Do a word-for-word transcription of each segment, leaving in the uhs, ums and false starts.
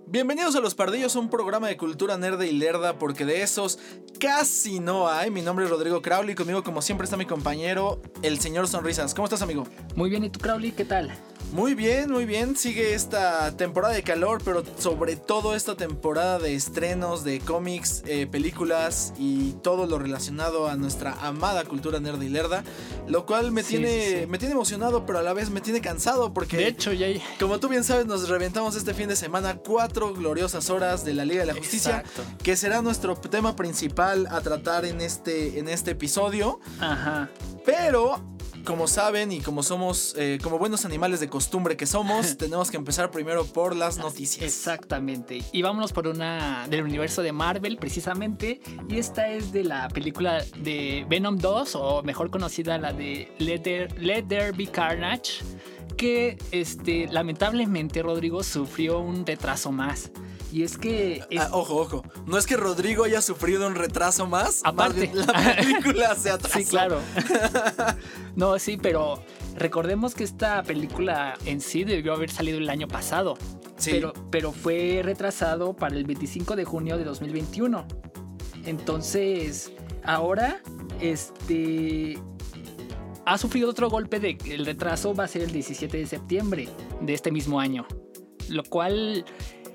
Bienvenidos a Los Pardillos, un programa de cultura nerda y lerda, porque de esos casi no hay. Mi nombre es Rodrigo Crowley y conmigo como siempre está mi compañero, el señor Sonrisas. ¿Cómo estás, amigo? Muy bien, ¿y tú, Crowley? ¿Qué tal? Muy bien, muy bien. Sigue esta temporada de calor, pero sobre todo esta temporada de estrenos de cómics, eh, películas y todo lo relacionado a nuestra amada cultura nerda y lerda, lo cual me, sí, tiene, sí, sí. me tiene emocionado, pero a la vez me tiene cansado porque, de hecho, ya... como tú bien sabes, nos reventamos este fin de semana cuatro gloriosas horas de la Liga de la Justicia. Exacto. Que será nuestro tema principal a tratar en este, en este episodio. Ajá. Pero... como saben y como somos, eh, como buenos animales de costumbre que somos, tenemos que empezar primero por las noticias. Exactamente. Y vámonos por una del universo de Marvel, precisamente. Y esta es de la película de Venom dos, o mejor conocida la de Let There, Let There Be Carnage, que este, lamentablemente, Rodrigo, sufrió un retraso más. Y es que... Es... Ah, ojo, ojo. No es que Rodrigo haya sufrido un retraso más. Aparte. Más la película se atrasó. Sí, claro. No, sí, pero recordemos que esta película en sí debió haber salido el año pasado. Sí. Pero, pero fue retrasado para el veinticinco de junio de dos mil veintiuno. Entonces, ahora, este... ha sufrido otro golpe de que el retraso va a ser el diecisiete de septiembre de este mismo año. Lo cual...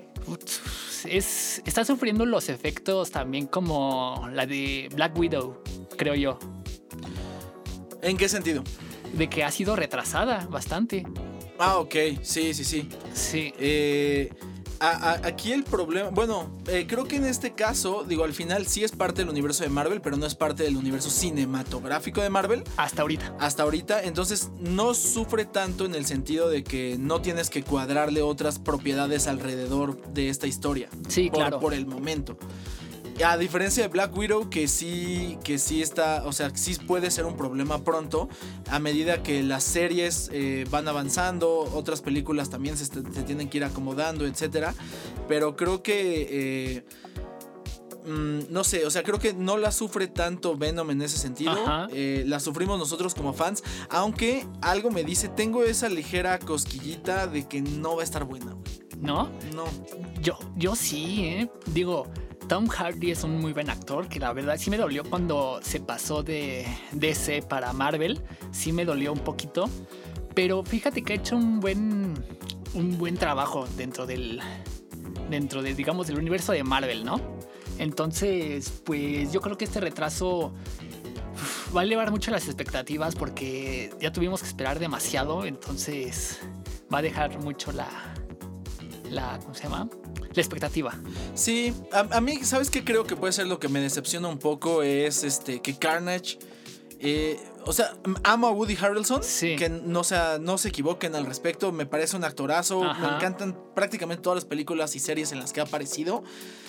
Es, está sufriendo los efectos también como la de Black Widow, creo yo. ¿En qué sentido? De que ha sido retrasada bastante. Ah, ok, sí, sí, sí. Sí. Eh, a, a, aquí el problema, bueno, eh, creo que en este caso, digo, al final sí es parte del universo de Marvel, pero no es parte del universo cinematográfico de Marvel. Hasta ahorita. Hasta ahorita, entonces no sufre tanto en el sentido de que no tienes que cuadrarle otras propiedades alrededor de esta historia. Sí, por, claro. Por el momento. A diferencia de Black Widow, que sí, que sí está, o sea, sí puede ser un problema pronto, a medida que las series eh, van avanzando, otras películas también se, se tienen que ir acomodando, etcétera. Pero creo que, eh, mm, no sé, o sea, creo que no la sufre tanto Venom en ese sentido. Eh, la sufrimos nosotros como fans, aunque algo me dice, tengo esa ligera cosquillita de que no va a estar buena. ¿No? No. Yo, yo sí, ¿eh? Digo... Tom Hardy es un muy buen actor, que la verdad sí me dolió cuando se pasó de D C para Marvel. Sí me dolió un poquito. Pero fíjate que ha hecho un buen, un buen trabajo dentro del, dentro de, digamos, del universo de Marvel, ¿no? Entonces, pues yo creo que este retraso uf, va a elevar mucho las expectativas porque ya tuvimos que esperar demasiado. Entonces va a dejar mucho la, la ¿cómo se llama? La expectativa. Sí, a, a mí, ¿sabes qué? Creo que puede ser lo que me decepciona un poco es este que Carnage, eh, o sea, amo a Woody Harrelson, sí. Que no, sea, no se equivoquen al respecto, me parece un actorazo. Ajá. Me encantan prácticamente todas las películas y series en las que ha aparecido,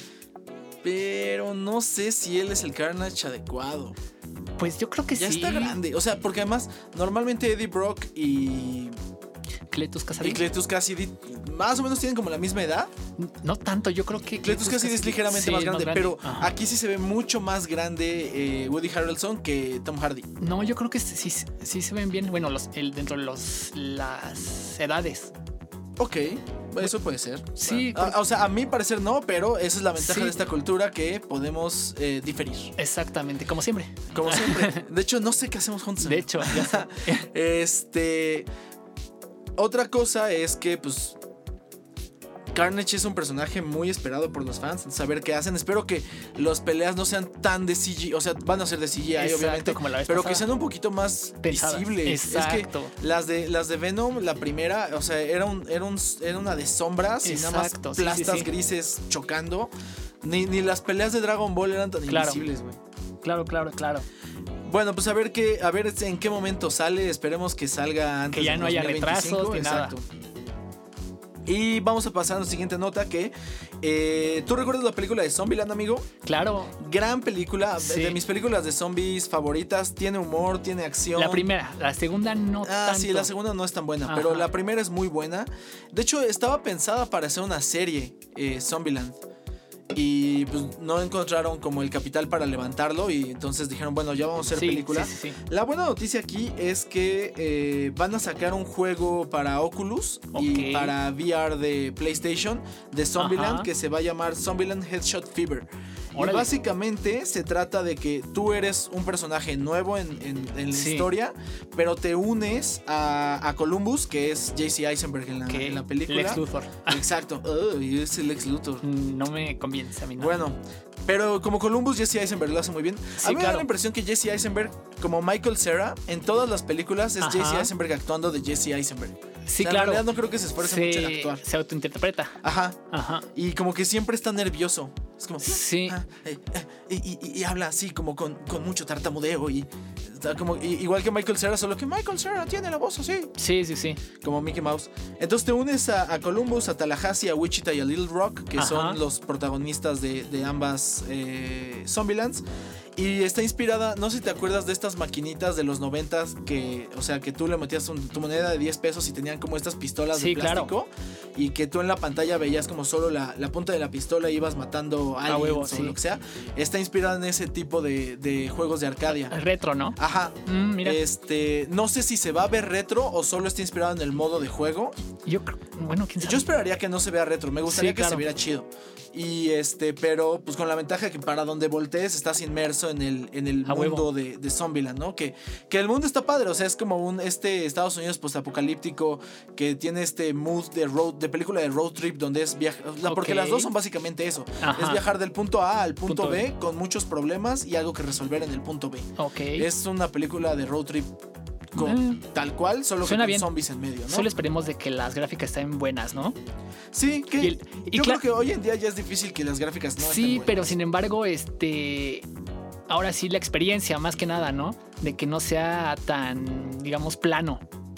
pero no sé si él es el Carnage adecuado. Pues yo creo que ya sí. Ya está grande, o sea, porque además normalmente Eddie Brock y... Cletus Kasady. Y Cletus Kasady más o menos tienen como la misma edad. No tanto, yo creo que Cletus Kasady es ligeramente sí, más, grande, más grande, pero ajá. Aquí sí se ve mucho más grande eh, Woody Harrelson que Tom Hardy. No, yo creo que sí, sí, sí se ven bien, bueno, los, el, dentro de los, las edades. Ok, eso puede ser. Sí. Bueno, a, o sea, a mi parecer no, pero esa es la ventaja sí. de esta cultura, que podemos eh, diferir. Exactamente, como siempre. Como siempre. De hecho, no sé qué hacemos juntos. De hecho, ya sé. Este... Otra cosa es que, pues, Carnage es un personaje muy esperado por los fans. Saber qué hacen. Espero que las peleas no sean tan de C G I. O sea, van a ser de C G I, exacto, obviamente. Como la vez pero pasada. Que sean un poquito más pensadas, visibles. Exacto. Es que las de, las de Venom, la primera, o sea, era, un, era, un, era una de sombras. Exacto, y nada más plastas sí, sí, sí. grises chocando. Ni, ni las peleas de Dragon Ball eran tan claro. invisibles, güey. Claro, claro, claro. Bueno, pues a ver qué, a ver en qué momento sale. Esperemos que salga antes. Que ya no haya retrasos ni nada. Exacto. Y vamos a pasar a la siguiente nota que... Eh, ¿Tú recuerdas la película de Zombieland, amigo? Claro. Gran película, sí. de mis películas de zombies favoritas. Tiene humor, tiene acción. La primera, la segunda no ah, tanto. Sí, la segunda no es tan buena, Ajá. pero la primera es muy buena. De hecho, estaba pensada para hacer una serie, eh, Zombieland. y pues no encontraron como el capital para levantarlo y entonces dijeron, bueno, ya vamos a hacer Sí, película. sí, sí, sí. La buena noticia aquí es que eh, van a sacar un juego para Oculus y Ok. para V R de PlayStation de Zombieland Ajá. que se va a llamar Zombieland Headshot Fever. Y Órale. básicamente se trata de que tú eres un personaje nuevo en, en- en la Sí. historia, pero te unes a, a Columbus, que es J C Eisenberg en la, Que en la película. Lex Luthor. Exacto. Oh, y es el Lex Luthor. No me convence a mí. No. Bueno, pero como Columbus, Jesse Eisenberg lo hace muy bien. Sí, a mí me da claro. la impresión que Jesse Eisenberg, como Michael Cera, en todas las películas es Ajá. Jesse Eisenberg actuando de Jesse Eisenberg. Sí, O sea, claro. En realidad no creo que se esfuerce mucho en actuar. Se autointerpreta. Ajá. Ajá. Y como que siempre está nervioso. Es como. Sí. ah, eh, eh, y, y- y habla así, como con, con mucho tartamudeo. Y está como. y- igual que Michael Cera, solo que Michael Cera tiene la voz así. Sí, sí, sí. Como Mickey Mouse. Entonces te unes a, a Columbus, a Tallahassee, a Wichita y a Little Rock, que Ajá. son los protagonistas de, de ambas eh, Zombielands. Y está inspirada, no sé si te acuerdas de estas maquinitas de los noventas que, o sea, que tú le metías un- tu moneda de diez pesos y tenían como estas pistolas Sí, de plástico. Y que tú en la pantalla veías como solo la, la punta de la pistola y ibas matando aliens huevo, o sí. lo que sea. Está inspirada en ese tipo de, de juegos de Arcadia. Retro, ¿no? Ajá. Mm, mira. Este, no sé si se va a ver retro o solo está inspirado en el modo de juego. Yo creo. Bueno, quién sabe. Yo esperaría que no se vea retro, me gustaría Sí, que claro. se viera chido. Y este, pero pues con la ventaja que para donde voltees estás inmerso en el, en el A mundo huevo. de, de Zombieland, ¿no? Que, que el mundo está padre, o sea, es como un este Estados Unidos postapocalíptico que tiene este mood de road, de película de road trip donde es viajar, porque Ok. las dos son básicamente eso. Ajá. Es viajar del punto A al punto, Punto B, B. con muchos problemas y algo que resolver en el punto B. Ok. Es una película de road trip con, Eh. tal cual, solo que Suena con bien. zombies en medio, ¿no? Solo esperemos de que las gráficas estén buenas, ¿no? Sí, que Y el- y yo cla- creo que hoy en día ya es difícil que las gráficas no sí, estén buenas. pero sin embargo, este. Ahora sí, la experiencia, más que nada, ¿no? De que no sea tan, digamos, plano.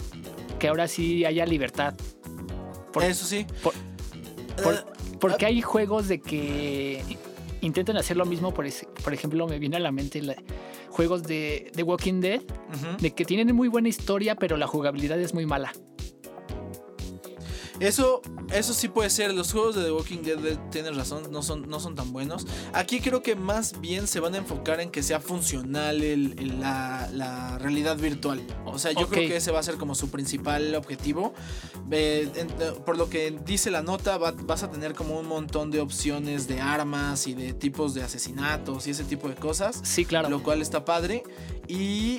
Que ahora sí haya libertad. Por- Eso sí. por- por- Eh, porque hay juegos de que intentan hacer lo mismo. Por, ese- por ejemplo, me viene a la mente la- juegos de, de Walking Dead, ujú. de que tienen muy buena historia, pero la jugabilidad es muy mala. Eso, eso sí puede ser. Los juegos de The Walking Dead, eh, tienes razón, no son, no son tan buenos. Aquí creo que más bien se van a enfocar en que sea funcional el, el- la, la realidad virtual. O sea, yo Ok. creo que ese va a ser como su principal objetivo. Eh, en- eh, por lo que dice la nota, va- vas a tener como un montón de opciones de armas y de tipos de asesinatos y ese tipo de cosas. Sí, claro. Lo cual está padre. Y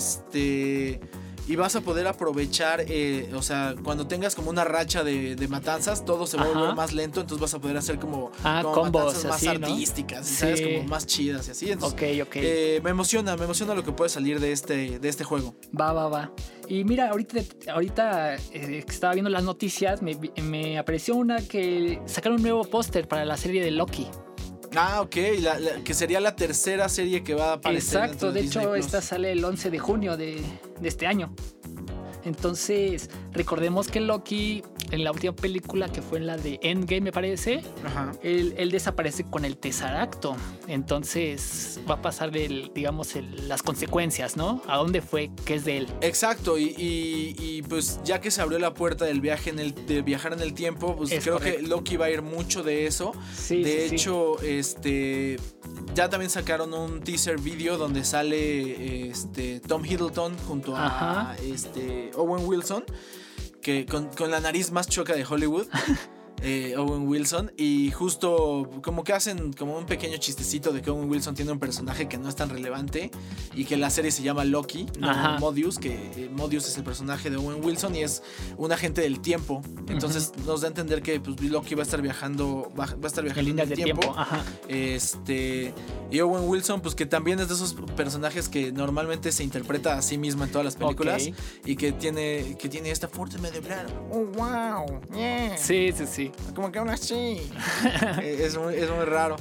este. Y vas a poder aprovechar, eh, o sea, cuando tengas como una racha de, de matanzas, todo se va a Ajá. volver más lento, entonces vas a poder hacer como, Ah, como combos matanzas más así, ¿no? artísticas, y Sí. sabes, como más chidas y así. Entonces, Ok, ok. eh, me emociona, me emociona lo que puede salir de este, de este juego. Va, va, va. Y mira, ahorita, ahorita eh, que estaba viendo las noticias, me, me apareció una que sacaron un nuevo póster para la serie de Loki. Ah, ok, la- la- que sería la tercera serie que va a aparecer. Exacto, dentro de Disney hecho Plus. esta sale el once de junio de, de este año. Entonces, recordemos que Loki, en la última película que fue en la de Endgame, me parece, Ajá. él, él desaparece con el Tesseracto. Entonces, va a pasar, el, digamos, el- las consecuencias, ¿no? ¿A dónde fue? ¿Qué es de él? Exacto, y, y- y, pues ya que se abrió la puerta del viaje en el, de viajar en el tiempo, pues Es creo que correcto. Loki va a ir mucho de eso. Sí, de sí, sí. hecho, este ya también sacaron un teaser video donde sale este Tom Hiddleston junto a Ajá. este Owen Wilson, que con, con la nariz más choca de Hollywood. eh, Owen Wilson, y justo como que hacen como un pequeño chistecito de que Owen Wilson tiene un personaje que no es tan relevante y que la serie se llama Loki, no Ajá. Modius, que eh, Modius es el personaje de Owen Wilson y es un agente del tiempo. Entonces nos da a entender que pues, Loki va a estar viajando, va, va a estar viajando En en líneas el de tiempo. tiempo. Ajá. Este y Owen Wilson, pues que también es de esos personajes que normalmente se interpreta a sí mismo en todas las películas Ok. y que tiene que tiene esta forma de hablar. Oh, wow. Yeah. Sí, sí, sí. Como que aún así. Eh, es, muy, es muy raro.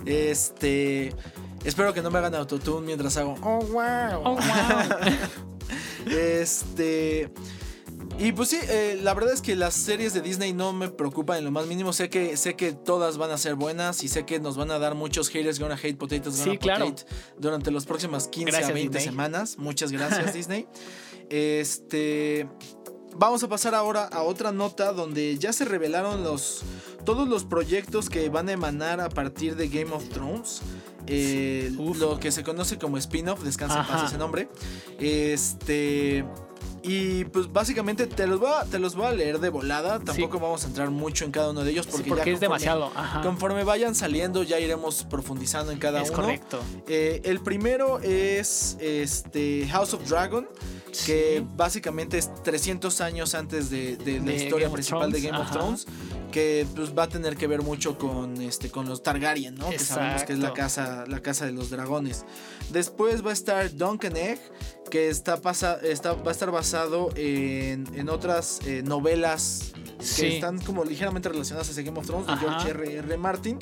Este. Espero que no me hagan autotune mientras hago. Oh, wow. Oh, wow. Este. Y pues sí, eh, la verdad es que las series de Disney no me preocupan en lo más mínimo. Sé que, sé que todas van a ser buenas y sé que nos van a dar muchos haters gonna hate, potatoes gonna Sí, claro. potate durante las próximas quince Gracias, a veinte Disney. semanas. Muchas gracias, Disney. Este. Vamos a pasar ahora a otra nota donde ya se revelaron los todos los proyectos que van a emanar a partir de Game of Thrones, eh, lo que se conoce como spin-off, descansa en paz ese nombre, este... Y pues básicamente te los voy a, te los voy a leer de volada. Tampoco sí. vamos a entrar mucho en cada uno de ellos porque, sí, porque ya es demasiado. Ajá. Conforme vayan saliendo ya iremos profundizando en cada es uno. Es correcto. Eh, el primero es este House of Dragon, sí. que básicamente es trescientos años antes de, de, de la historia principal de Game Ajá. of Thrones, que pues va a tener que ver mucho con este con los Targaryen, ¿no? Exacto. Que sabemos que es la casa, la casa de los dragones. Después va a estar Duncan Egg, que está, pasa, está va a estar basado en, en otras eh, novelas sí. que están como ligeramente relacionadas a ese Game of Thrones, de George R R. Martin,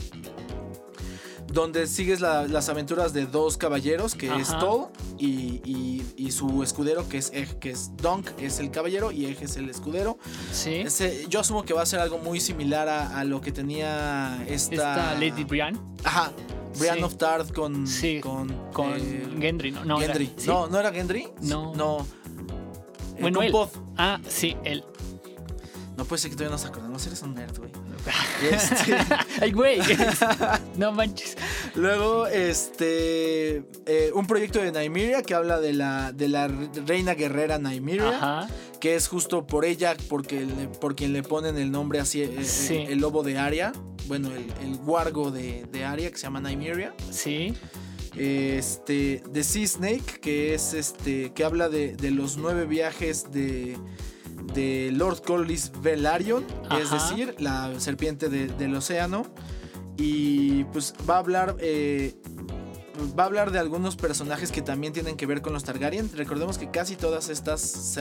donde sigues la, las aventuras de dos caballeros, que Ajá. es Toll y, y, y su escudero, que es Egg, que es Dunk, es el caballero y Egg es el escudero. Sí. Ese, yo asumo que va a ser algo muy similar a, a lo que tenía esta... Esta Lady Brienne. Ajá. Brienne sí. of Tarth con... Sí, con, con eh, Gendry, ¿no? No, Gendry. Era, ¿sí? no, ¿no era Gendry? No. No. Bueno, eh, él. Pod. Ah, sí, él. No puede ser que todavía nos acordamos, eres un nerd, güey. Este... Ay, güey. No manches. Luego, este... Eh, un proyecto de Nymeria que habla de la, de la reina guerrera Nymeria. Ajá. Que es justo por ella, porque le, por quien le ponen el nombre así, el, sí. el, el lobo de Arya. Bueno, el, el wargo de, de Arya, que se llama Nymeria. Sí. Este, The Sea Snake, que es este, que habla de, de los nueve viajes de, de Lord Corlys Velaryon, Ajá. es decir, la serpiente de, del océano. Y pues va a hablar... Eh, Va a hablar de algunos personajes que también tienen que ver con los Targaryen. Recordemos que casi todas estas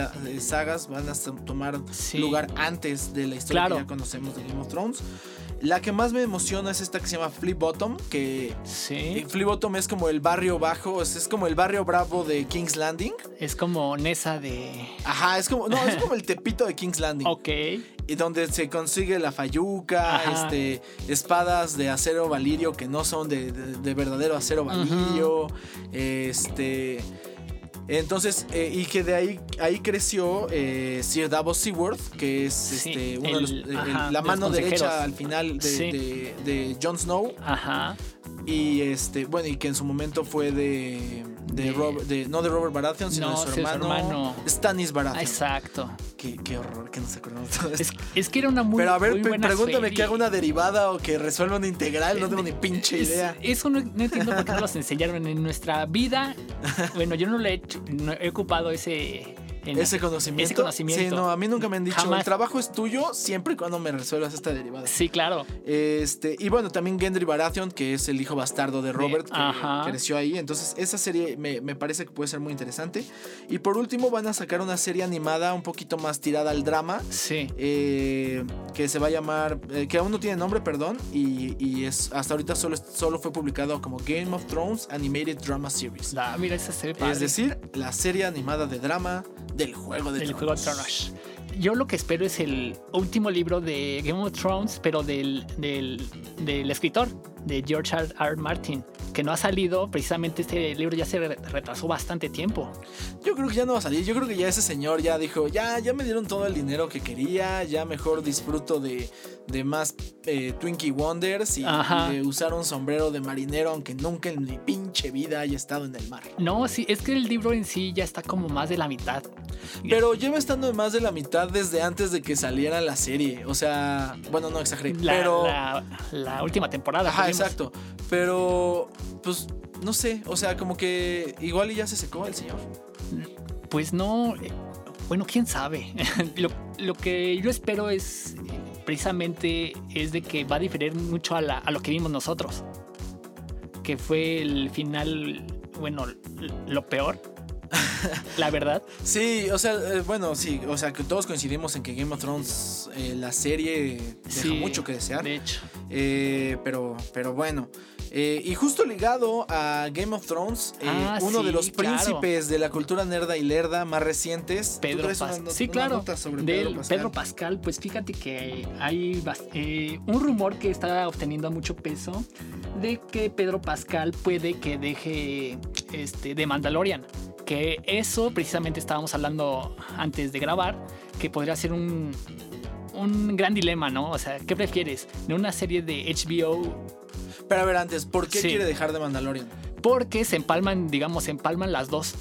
sagas van a tomar sí. lugar antes de la historia claro. que ya conocemos de Game of Thrones. La que más me emociona es esta que se llama Flea Bottom, que sí. Flea Bottom es como el barrio bajo, es, es como el barrio bravo de King's Landing. Es como Nessa de... Ajá, es como, no, es como el Tepito de King's Landing. Ok. Y donde se consigue la fayuca, este, espadas de acero valirio que no son de, de, de verdadero acero valirio. Uh-huh. Este... Entonces, eh, y que de ahí, ahí creció eh, Sir Davos Seaworth, que es sí, este, uno el, de los, ajá, el, la mano derecha al final de, sí. de, de Jon Snow. Ajá. Y este, bueno, y que en su momento fue de. De, de, Robert, de no de Robert Baratheon, sino no, de su hermano, su hermano Stannis Baratheon. Exacto. Qué, qué horror que nos acordamos de todo esto. Es, es que era una muy Pero a ver, muy pe- buena pregúntame serie. que haga una derivada o que resuelva una integral, no tengo ni pinche es, idea. Eso no, no entiendo por qué no los enseñaron en nuestra vida. Bueno, yo no lo he hecho, no he ocupado ese... ¿Ese conocimiento? Ese conocimiento. Sí, no, a mí nunca me han dicho, Jamás. El trabajo es tuyo siempre y cuando me resuelvas esta derivada. Sí, claro. Este, y bueno, también Gendry Baratheon, que es el hijo bastardo de Robert, que Ajá. creció ahí. Entonces, esa serie me, me parece que puede ser muy interesante. Y por último, van a sacar una serie animada un poquito más tirada al drama. Sí. Eh, que se va a llamar, eh, que aún no tiene nombre, perdón. Y, y es hasta ahorita solo, solo fue publicado como Game of Thrones Animated Drama Series. Ah, mira, esa serie padre. Es decir, la serie animada de drama del Juego de del Tronos. Juego de Tronos. Yo lo que espero es el último libro de Game of Thrones, pero del, del, del escritor, de George R R. Martin, que no ha salido. Precisamente este libro ya se retrasó bastante tiempo. Yo creo que ya no va a salir. Yo creo que ya ese señor ya dijo, ya, ya me dieron todo el dinero que quería, ya mejor disfruto de, de más eh, Twinkie Wonders y, y de usar un sombrero de marinero, aunque nunca en mi pinche vida haya estado en el mar. No, sí, es que el libro en sí ya está como más de la mitad. Pero lleva estando más de la mitad desde antes de que saliera la serie. O sea, bueno, no exageré, la, pero... La, la última temporada. Ajá, exacto. Pero, pues, no sé, o sea, como que igual y ya se secó el señor. Pues no, bueno, quién sabe. lo, lo que yo espero es, precisamente, es de que va a diferir mucho a, la, a lo que vimos nosotros. Que fue el final, bueno, lo peor. La verdad. Sí, o sea, eh, bueno, sí, o sea, que todos coincidimos en que Game of Thrones, eh, la serie, deja sí, mucho que desear. De hecho. Eh, pero, pero bueno. Eh, y justo ligado a Game of Thrones, eh, ah, uno sí, de los príncipes claro. de la cultura nerda y lerda más recientes. Pedro Pascal. Sí, claro. Sobre de Pedro Pascal. Pedro Pascal, pues fíjate que hay eh, un rumor que está obteniendo mucho peso de que Pedro Pascal puede que deje este, de Mandalorian. Que eso precisamente estábamos hablando antes de grabar, que podría ser un, un gran dilema, ¿no? O sea, ¿qué prefieres? ¿De una serie de H B O? Pero a ver, antes, ¿por qué Sí. quiere dejar de Mandalorian? Porque se empalman, digamos, se empalman las dos.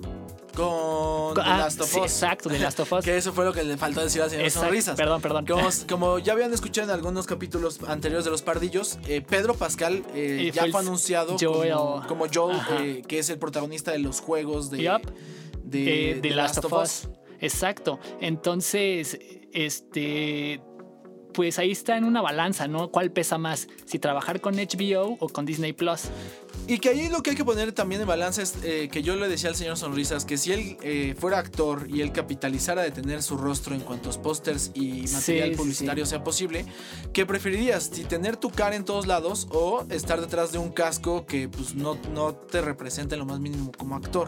Con The Ah, Last of sí, Us. exacto, The Last of Us. Que eso fue lo que le faltó decir al señor Exacto, Sonrisas. Perdón, perdón. Como, como ya habían escuchado en algunos capítulos anteriores de Los Pardillos, eh, Pedro Pascal eh, Y ya fue fue el anunciado Joel. como, como Joel, Ajá. eh, que es el protagonista de los juegos de, Yup. de, Eh, de The The Last of Us. Exacto. Entonces, este. Pues ahí está en una balanza, ¿no? ¿Cuál pesa más? Si trabajar con H B O o con Disney Plus. Y que ahí lo que hay que poner también en balanza es eh, que yo le decía al señor Sonrisas que si él eh, fuera actor y él capitalizara de tener su rostro en cuantos pósters y material Sí, sí, publicitario sí. sea posible, ¿qué preferirías? Si tener tu cara en todos lados o estar detrás de un casco que pues no, no te representa en lo más mínimo como actor.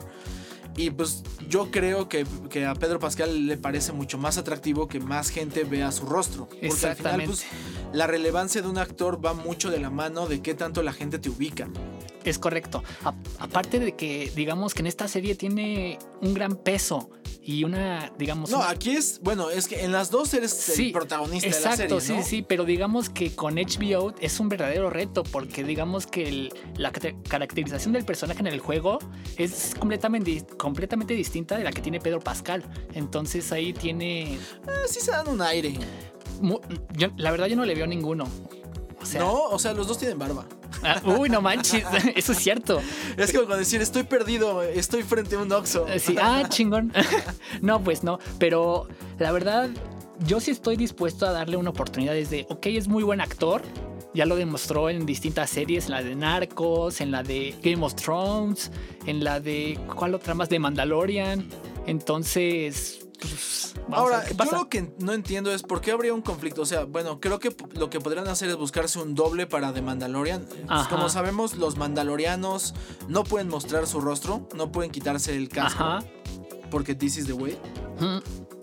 Y pues yo creo que, que a Pedro Pascal le parece mucho más atractivo que más gente vea su rostro. Porque al final Exactamente. pues la relevancia de un actor va mucho de la mano de qué tanto la gente te ubica. Es correcto. A- aparte de que, digamos que en esta serie tiene un gran peso y una, digamos. No, una- aquí es, bueno, es que en las dos eres Sí, el protagonista exacto, de la serie, ¿no? sí, sí, pero digamos que con H B O es un verdadero reto porque digamos que el- la ca- caracterización del personaje en el juego es completamente, completamente distinta de la que tiene Pedro Pascal. Entonces ahí tiene... Ah, sí se dan un aire. mu- yo- la verdad yo no le veo ninguno. O sea, No, o sea, los dos tienen barba. ah, uy, no manches, eso es cierto. Es como cuando decir, estoy perdido, estoy frente a un Oxxo. Eh, Sí, ah, chingón. No, pues no, pero la verdad, yo sí estoy dispuesto a darle una oportunidad desde, ok, es muy buen actor, ya lo demostró en distintas series, en la de Narcos, en la de Game of Thrones, en la de, ¿cuál otra más? De Mandalorian. Entonces, pues, vamos a Ahora, ver qué yo pasa. lo que no entiendo es por qué habría un conflicto. O sea, bueno, creo que p- lo que podrían hacer es buscarse un doble para The Mandalorian. Ajá. Como sabemos, los mandalorianos no pueden mostrar su rostro, no pueden quitarse el casco, Ajá. porque this is the way. Ujú.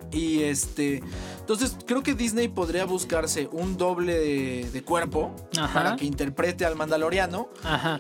Y este, entonces creo que Disney podría buscarse un doble de, de cuerpo Ajá. para que interprete al mandaloriano Ajá.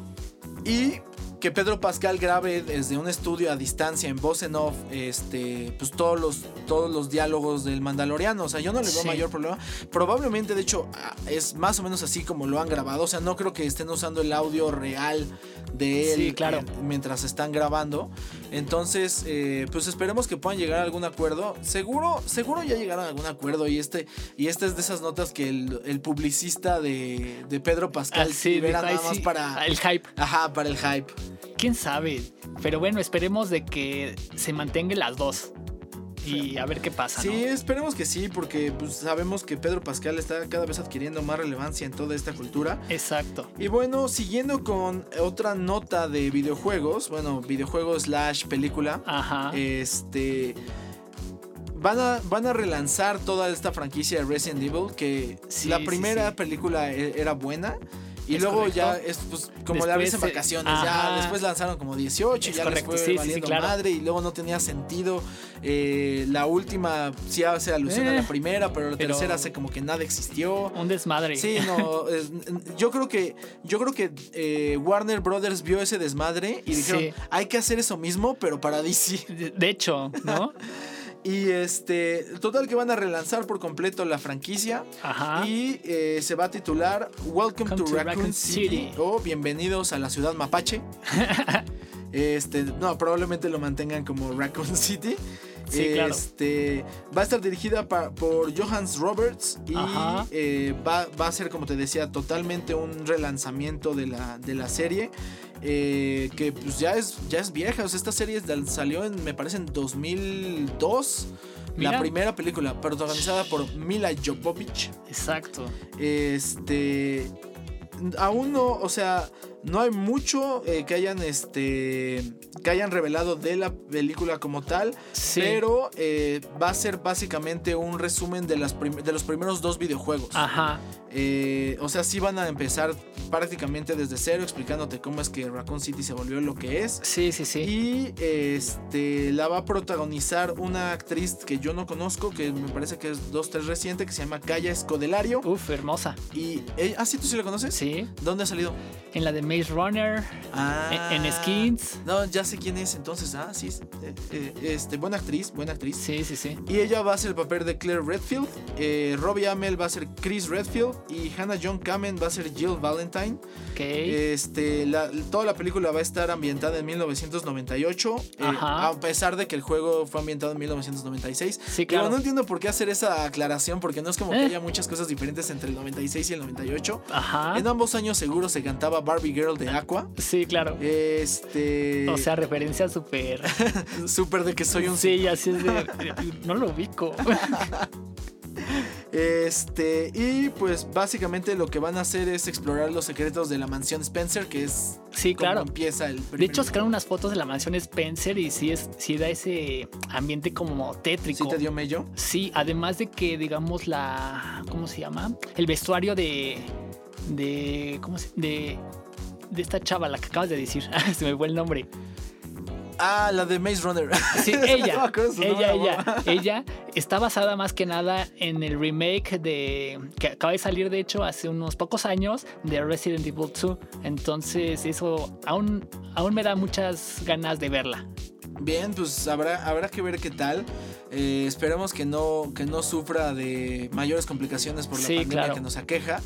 y que Pedro Pascal grabe desde un estudio a distancia en voz en off, este, pues todos los, todos los diálogos del mandaloriano. O sea, yo no le veo Sí. mayor problema. Probablemente, de hecho, ah, es más o menos así como lo han grabado. O sea, no creo que estén usando el audio real de él Sí, claro. eh, mientras están grabando. Entonces, eh, pues esperemos que puedan llegar a algún acuerdo. Seguro, seguro ya llegaron a algún acuerdo. Y este, y esta es de esas notas que el, el publicista de, de Pedro Pascal Ah, sí, libera dijo, ay, nada más sí, para. el hype. Ajá, para el hype. ¿Quién sabe? Pero bueno, esperemos de que se mantengan las dos. Y a ver qué pasa, Sí, ¿no? esperemos que sí, porque pues, sabemos que Pedro Pascal está cada vez adquiriendo más relevancia en toda esta cultura. Exacto. Y bueno, siguiendo con otra nota de videojuegos, bueno, videojuegos slash película, Ajá. este... Van a, van a relanzar toda esta franquicia de Resident Evil, que Sí, la sí, primera sí. película e- era buena. Y Es luego correcto. ya es pues, como la ves en Después, eh, vacaciones, ya ajá. después lanzaron como dieciocho y Es ya correcto, les sí, fue sí, sí, valiendo claro. madre y luego no tenía sentido. Eh, la última sí hace alusión a Eh, la primera, pero la pero- tercera hace como que nada existió. Un desmadre. Sí, no, es- yo creo que yo creo que eh, Warner Brothers vio ese desmadre y dijeron, Sí. hay que hacer eso mismo, pero para D C. De, de hecho, ¿no? Y este, total que van a relanzar por completo la franquicia. Ajá. Y eh, se va a titular Welcome Come to, to Raccoon, Raccoon City, City. o Bienvenidos a la ciudad mapache. Este, no, probablemente lo mantengan como Raccoon City. Sí, claro. Este, va a estar dirigida pa- por Johannes Roberts y Ajá. eh, va, va a ser, como te decía, totalmente un relanzamiento de la, de la serie. eh, que pues ya es, ya es vieja. O sea, esta serie salió en, me parece, en dos mil dos. La Mira. primera película, protagonizada por Mila Jovovich. Exacto. Este. Aún no, o sea, no hay mucho eh, que hayan este. Que hayan revelado de la película como tal. Sí. Pero eh, va a ser básicamente un resumen de, las prim- de los primeros dos videojuegos. Ajá. Eh, o sea, sí van a empezar prácticamente desde cero, explicándote cómo es que Raccoon City se volvió lo que es. Sí, sí, sí. Y este la va a protagonizar una actriz que yo no conozco, que me parece que es dos, tres reciente, que se llama Kaya Scodelario. Uf, hermosa. Y ella, ah, sí, ¿tú sí la conoces? Sí. ¿Dónde ha salido? En la de Maze Runner, Ah, en, en Skins. No, ya sé quién es entonces. Ah, sí. eh, eh, este, buena actriz, buena actriz. Sí, sí, sí. Y ella va a ser el papel de Claire Redfield. Eh, Robbie Amell va a ser Chris Redfield. Y Hannah John Kamen va a ser Jill Valentine. Ok. Este, la, toda la película va a estar ambientada en mil novecientos noventa y ocho. Eh, Ajá. a pesar de que el juego fue ambientado en mil novecientos noventa y seis. Sí, claro. Pero no entiendo por qué hacer esa aclaración, porque no es como que Eh. haya muchas cosas diferentes entre el noventa y seis y el noventa y ocho. Ajá. En ambos años seguro se cantaba Barbie Girl de Aqua. Sí, claro. Este. O sea, referencia súper. súper de que soy un. Sí, así es de. No lo ubico. Este, y pues básicamente lo que van a hacer es explorar los secretos de la mansión Spencer, que es Sí, como claro. empieza el De primer- hecho, sacaron unas fotos de la mansión Spencer y sí, es, sí da ese ambiente como tétrico. ¿Sí te dio mello? Sí, además de que, digamos, la. ¿Cómo se llama? El vestuario de. De. ¿Cómo se.? De. De esta chava, la que acabas de decir. Se me fue el nombre. Ah, la de Maze Runner. Sí, No me ella. acuerdo su ella, nombre, ella. mamá. Ella está basada más que nada en el remake de. Que acaba de salir, de hecho, hace unos pocos años, de Resident Evil dos. Entonces, eso aún, aún me da muchas ganas de verla. Bien, pues habrá, habrá que ver qué tal. Eh, esperemos que no, que no sufra de mayores complicaciones por la Sí, pandemia claro. que nos aqueja.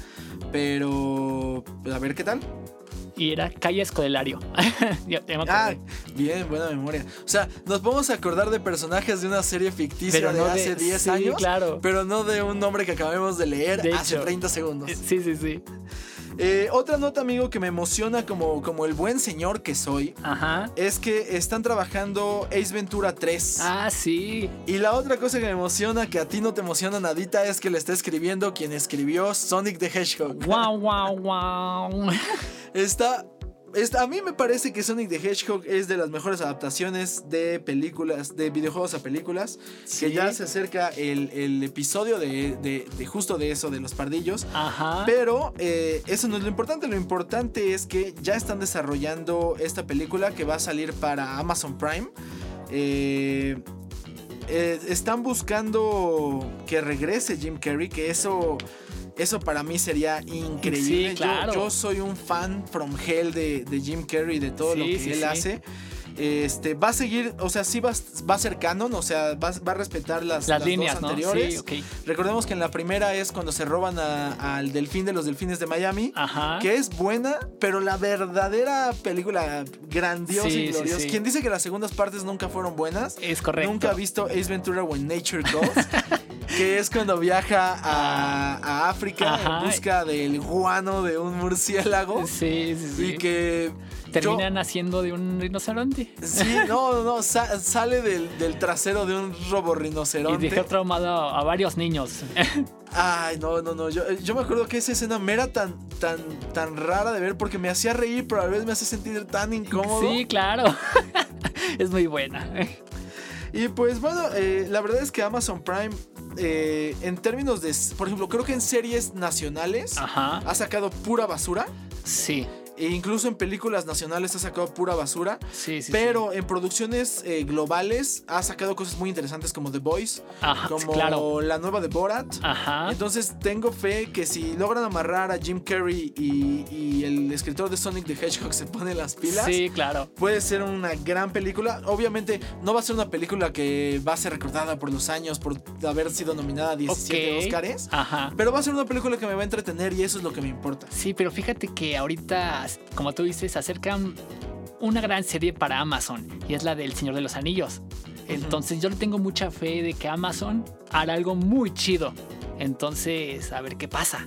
Pero pues, a ver qué tal. Y era Calle Escodelario. Ya- ya me Ah, acordé. bien, buena memoria. O sea, nos podemos acordar de personajes de una serie ficticia Pero de no de- hace diez sí, años, claro. pero no de un nombre que acabamos de leer De hace hecho. treinta segundos. Eh, Sí, sí, sí. Eh, otra nota, amigo, que me emociona como, como el buen señor que soy, Ajá. es que están trabajando Ace Ventura tres. Ah, sí. Y la otra cosa que me emociona, que a ti no te emociona nadita, es que le está escribiendo quien escribió Sonic the Hedgehog. Wow, wow, wow. Está, está- a mí me parece que Sonic the Hedgehog es de las mejores adaptaciones de películas, de videojuegos a películas. Sí. Que ya se acerca el, el episodio de, de- de justo de eso, de los pardillos. Ajá. Pero eh, eso no es lo importante. Lo importante es que ya están desarrollando esta película que va a salir para Amazon Prime. Eh, eh, están buscando que regrese Jim Carrey, que eso... Eso para mí sería increíble. Sí, claro. yo, yo soy un fan from hell de, de Jim Carrey, de todo Sí, lo que sí, él sí. hace. Este, va a seguir, o sea, sí va, va a ser canon, o sea, va, va a respetar las, Las las líneas, dos ¿no? anteriores. Sí, ok. Recordemos que en la primera es cuando se roban a- al delfín de los delfines de Miami. Ajá. Que es buena, pero la verdadera película grandiosa Sí, y sí, gloriosa. sí. Quien dice que las segundas partes nunca fueron buenas, Es correcto. nunca ha visto Ace Ventura When Nature Calls. Que es cuando viaja a, a África Ajá. en busca del guano de un murciélago. Sí, sí, sí. Y que terminan haciendo de un rinoceronte. Sí, no, no, no, sa- sale del, del trasero de un robo Y rinoceronte. dejó traumado a varios niños. Ay, no, no, no. Yo, yo me acuerdo que esa escena me era tan, tan, tan rara de ver porque me hacía reír, pero a la vez me hace sentir tan incómodo. Sí, claro. Es muy buena. Y pues bueno, eh, la verdad es que Amazon Prime, eh, en términos de, por ejemplo, creo que en series nacionales Ajá. ha sacado pura basura. Sí. E incluso en películas nacionales ha sacado pura basura. Sí, sí. Pero en producciones eh, globales ha sacado cosas muy interesantes como The Boys, Ajá, como claro. la nueva de Borat. Ajá. Entonces tengo fe que si logran amarrar a Jim Carrey y, y el escritor de Sonic the Hedgehog se pone las pilas, Sí, claro. puede ser una gran película. Obviamente no va a ser una película que va a ser recordada por los años por haber sido nominada a diecisiete Ok. Óscares, Ajá. pero va a ser una película que me va a entretener y eso es lo que me importa. Sí, pero fíjate que ahorita, como tú dices, acercan una gran serie para Amazon y es la del Señor de los Anillos. Entonces yo le tengo mucha fe de que Amazon hará algo muy chido. Entonces, a ver qué pasa.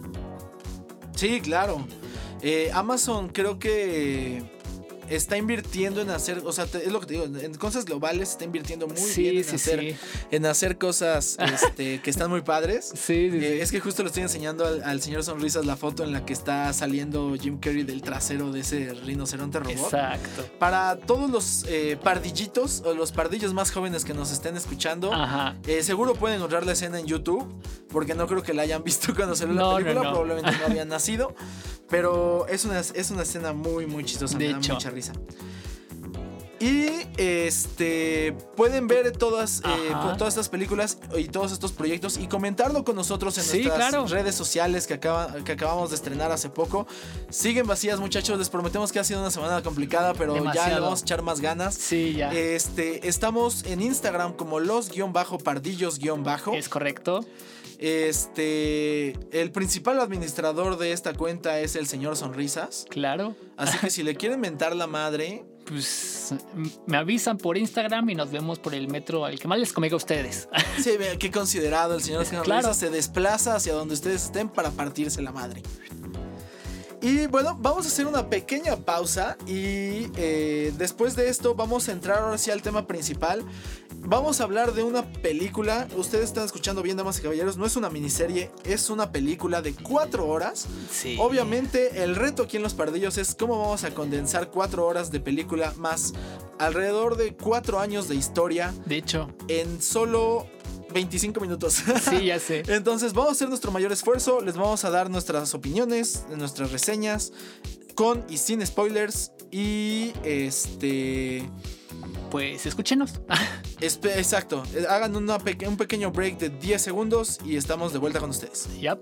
Sí, claro. Eh, Amazon creo que está invirtiendo en hacer, o sea, te- es lo que te digo, en cosas globales está invirtiendo muy Sí, bien en, sí, hacer, sí. en hacer cosas este, que están muy padres. Sí, sí, Eh, sí. es que justo le estoy enseñando al, al señor Sonrisas la foto en la que está saliendo Jim Carrey del trasero de ese rinoceronte robot. Exacto. Para todos los eh, pardillitos o los pardillos más jóvenes que nos estén escuchando, Ajá. eh, seguro pueden encontrar la escena en YouTube, porque no creo que la hayan visto cuando salió No, la película, no, no. probablemente no habían nacido, pero es una, es una escena muy, muy chistosa, De me da hecho. mucha risa. Y este pueden ver todas, eh, todas estas películas y todos estos proyectos y comentarlo con nosotros en sí, nuestras claro. redes sociales que, acaba, que acabamos de estrenar hace poco. Siguen vacías, muchachos. Les prometemos que ha sido una semana complicada, pero Demasiado. ya le vamos a echar más ganas. Sí, ya. Este, estamos en Instagram como los-pardillos-bajo. Es correcto. Este, el principal administrador de esta cuenta es el señor Sonrisas. Claro. Así que si le quieren mentar la madre, pues me avisan por Instagram y nos vemos por el metro, al que más les convenga a ustedes. sí, qué considerado el señor Sonrisas. Claro. Se desplaza hacia donde ustedes estén para partirse la madre. Y bueno, vamos a hacer una pequeña pausa y eh, después de esto vamos a entrar ahora sí al tema principal. Vamos a hablar de una película. Ustedes están escuchando bien, damas y caballeros. No es una miniserie, es una película de cuatro horas. Sí. Obviamente el reto aquí en Los Pardillos es cómo vamos a condensar cuatro horas de película más alrededor de cuatro años de historia. De hecho. En solo veinticinco minutos. Sí, ya sé. Entonces vamos a hacer nuestro mayor esfuerzo. Les vamos a dar nuestras opiniones, nuestras reseñas, con y sin spoilers. Y este... Pues escúchenos. Espe- exacto. Hagan una pe- un pequeño break de diez segundos y estamos de vuelta con ustedes. Yep.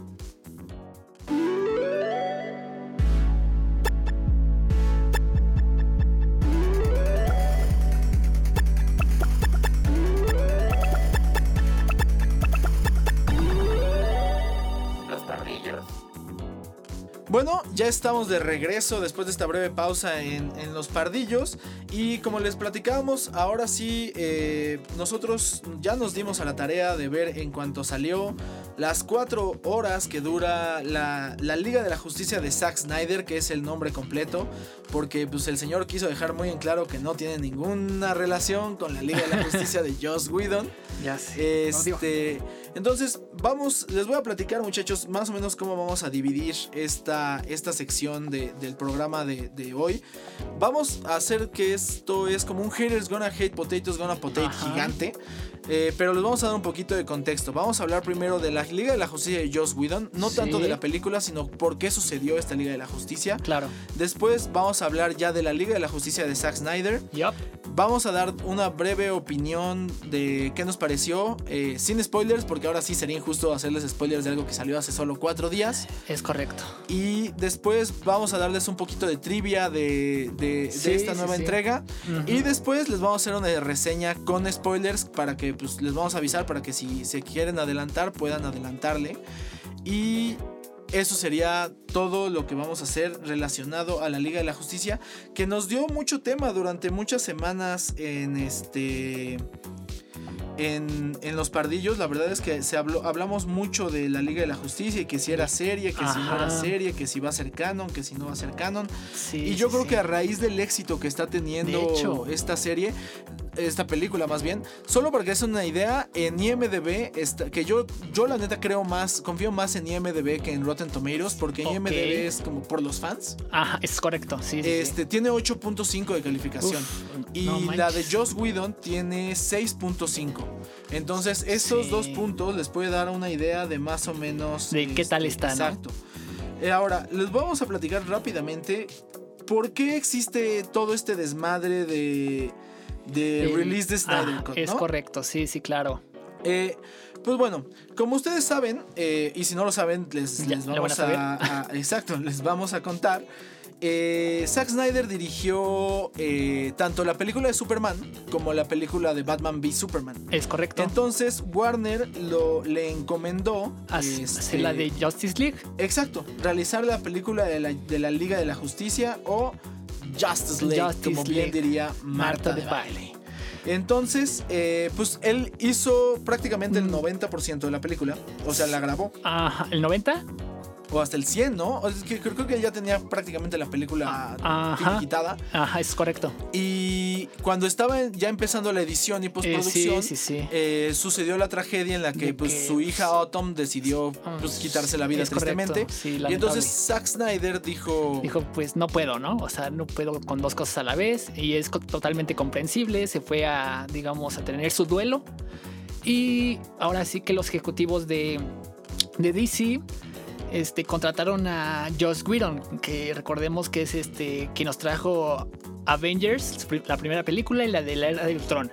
Bueno, ya estamos de regreso después de esta breve pausa en, en Los Pardillos. Y como les platicábamos, ahora sí, eh, nosotros ya nos dimos a la tarea de ver en cuanto salió las cuatro horas que dura la, la Liga de la Justicia de Zack Snyder, que es el nombre completo, porque pues, el señor quiso dejar muy en claro que no tiene ninguna relación con la Liga de la Justicia de Joss Whedon. Ya sé. Este, entonces, vamos, les voy a platicar, muchachos, más o menos cómo vamos a dividir esta, esta sección de, del programa de, de hoy. Vamos a hacer que esto es como un haters gonna hate, potatoes gonna potate Ajá. gigante. Eh, pero les vamos a dar un poquito de contexto. Vamos a hablar primero de la Liga de la Justicia de Joss Whedon. No Sí. tanto de la película, sino por qué sucedió esta Liga de la Justicia. Claro. Después vamos a hablar ya de la Liga de la Justicia de Zack Snyder. Yup. Vamos a dar una breve opinión de qué nos pareció, eh, sin spoilers, porque ahora sí sería injusto hacerles spoilers de algo que salió hace solo cuatro días. Es correcto. Y después vamos a darles un poquito de trivia de, de, de Sí, esta sí, nueva sí. entrega. Ujú. Y después les vamos a hacer una reseña con spoilers para que pues, les vamos a avisar para que si se quieren adelantar puedan adelantarle. Y eso sería todo lo que vamos a hacer relacionado a la Liga de la Justicia, que nos dio mucho tema durante muchas semanas en este... En, en Los Pardillos. La verdad es que se habló, hablamos mucho de la Liga de la Justicia y que si era serie, que si no era Ajá. serie, que si va a ser canon, que si no va a ser canon. Sí, Y yo sí, creo sí. que a raíz del éxito que está teniendo De hecho. esta serie, esta película más bien, solo para que es una idea, en I M D B, está, que yo, yo la neta creo más, confío más en I M D B que en Rotten Tomatoes, porque Ok. I M D B es como por los fans. Ajá, es correcto. Sí, sí, Este tiene ocho punto cinco de calificación. Uf, y no la de manches. Joss Whedon tiene seis punto cinco. Entonces, estos Sí. dos puntos les puede dar una idea de más o menos De qué tal este, está, ¿no? Exacto. Eh, ahora, les vamos a platicar rápidamente por qué existe todo este desmadre de, de El- release de Snyder Ajá, Cut, es ¿no? correcto, sí, sí, claro. Eh, pues bueno, como ustedes saben, eh, y si no lo saben, les, Ya, les lo vamos van a, a- Exacto, les vamos a contar. Eh, Zack Snyder dirigió eh, tanto la película de Superman como la película de Batman v Superman. Es correcto. Entonces Warner lo, le encomendó Hacer este, la de Justice League. Exacto, realizar la película de la, de la Liga de la Justicia o Justice League, Justice como bien League. diría Marta, Marta de de Baile. Entonces, eh, pues él hizo prácticamente el noventa por ciento de la película, o sea, la grabó. Ajá, ¿el noventa? O hasta el cien, ¿no? Es que creo que ya tenía prácticamente la película Ajá. quitada. Ajá, es correcto. Y cuando estaba ya empezando la edición y postproducción, Eh, sí, sí, sí. eh, sucedió la tragedia en la que, De pues, que, su hija Autumn decidió Ah, pues, quitarse la vida es correcto, tristemente. sí, Y lamentable. entonces Zack Snyder dijo... Dijo, pues no puedo, ¿no? O sea, no puedo con dos cosas a la vez. Y es co- totalmente comprensible. Se fue a, digamos, a tener su duelo. Y ahora sí que los ejecutivos de, de D C este, contrataron a Joss Whedon, que recordemos que es este que nos trajo Avengers, la primera película, y la de la Era de Ultron.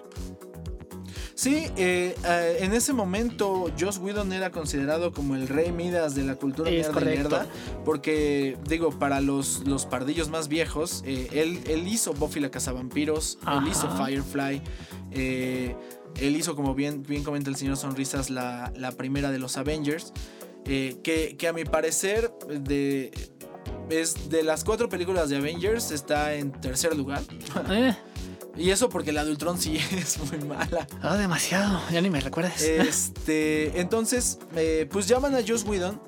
Sí, eh, eh, en ese momento Joss Whedon era considerado como el rey Midas de la cultura Es nerd y correcto. nerda, porque, digo, para los, los pardillos más viejos, eh, él, él hizo Buffy la Cazavampiros, Ajá. él hizo Firefly, eh, él hizo, como bien, bien comenta el señor Sonrisas, la, la primera de los Avengers, eh, que, que a mi parecer, de, es de las cuatro películas de Avengers, está en tercer lugar. Eh, Y eso porque la de Ultron sí es muy mala. oh, demasiado, ya ni me recuerdas. Este, entonces, eh, pues llaman a Joss Whedon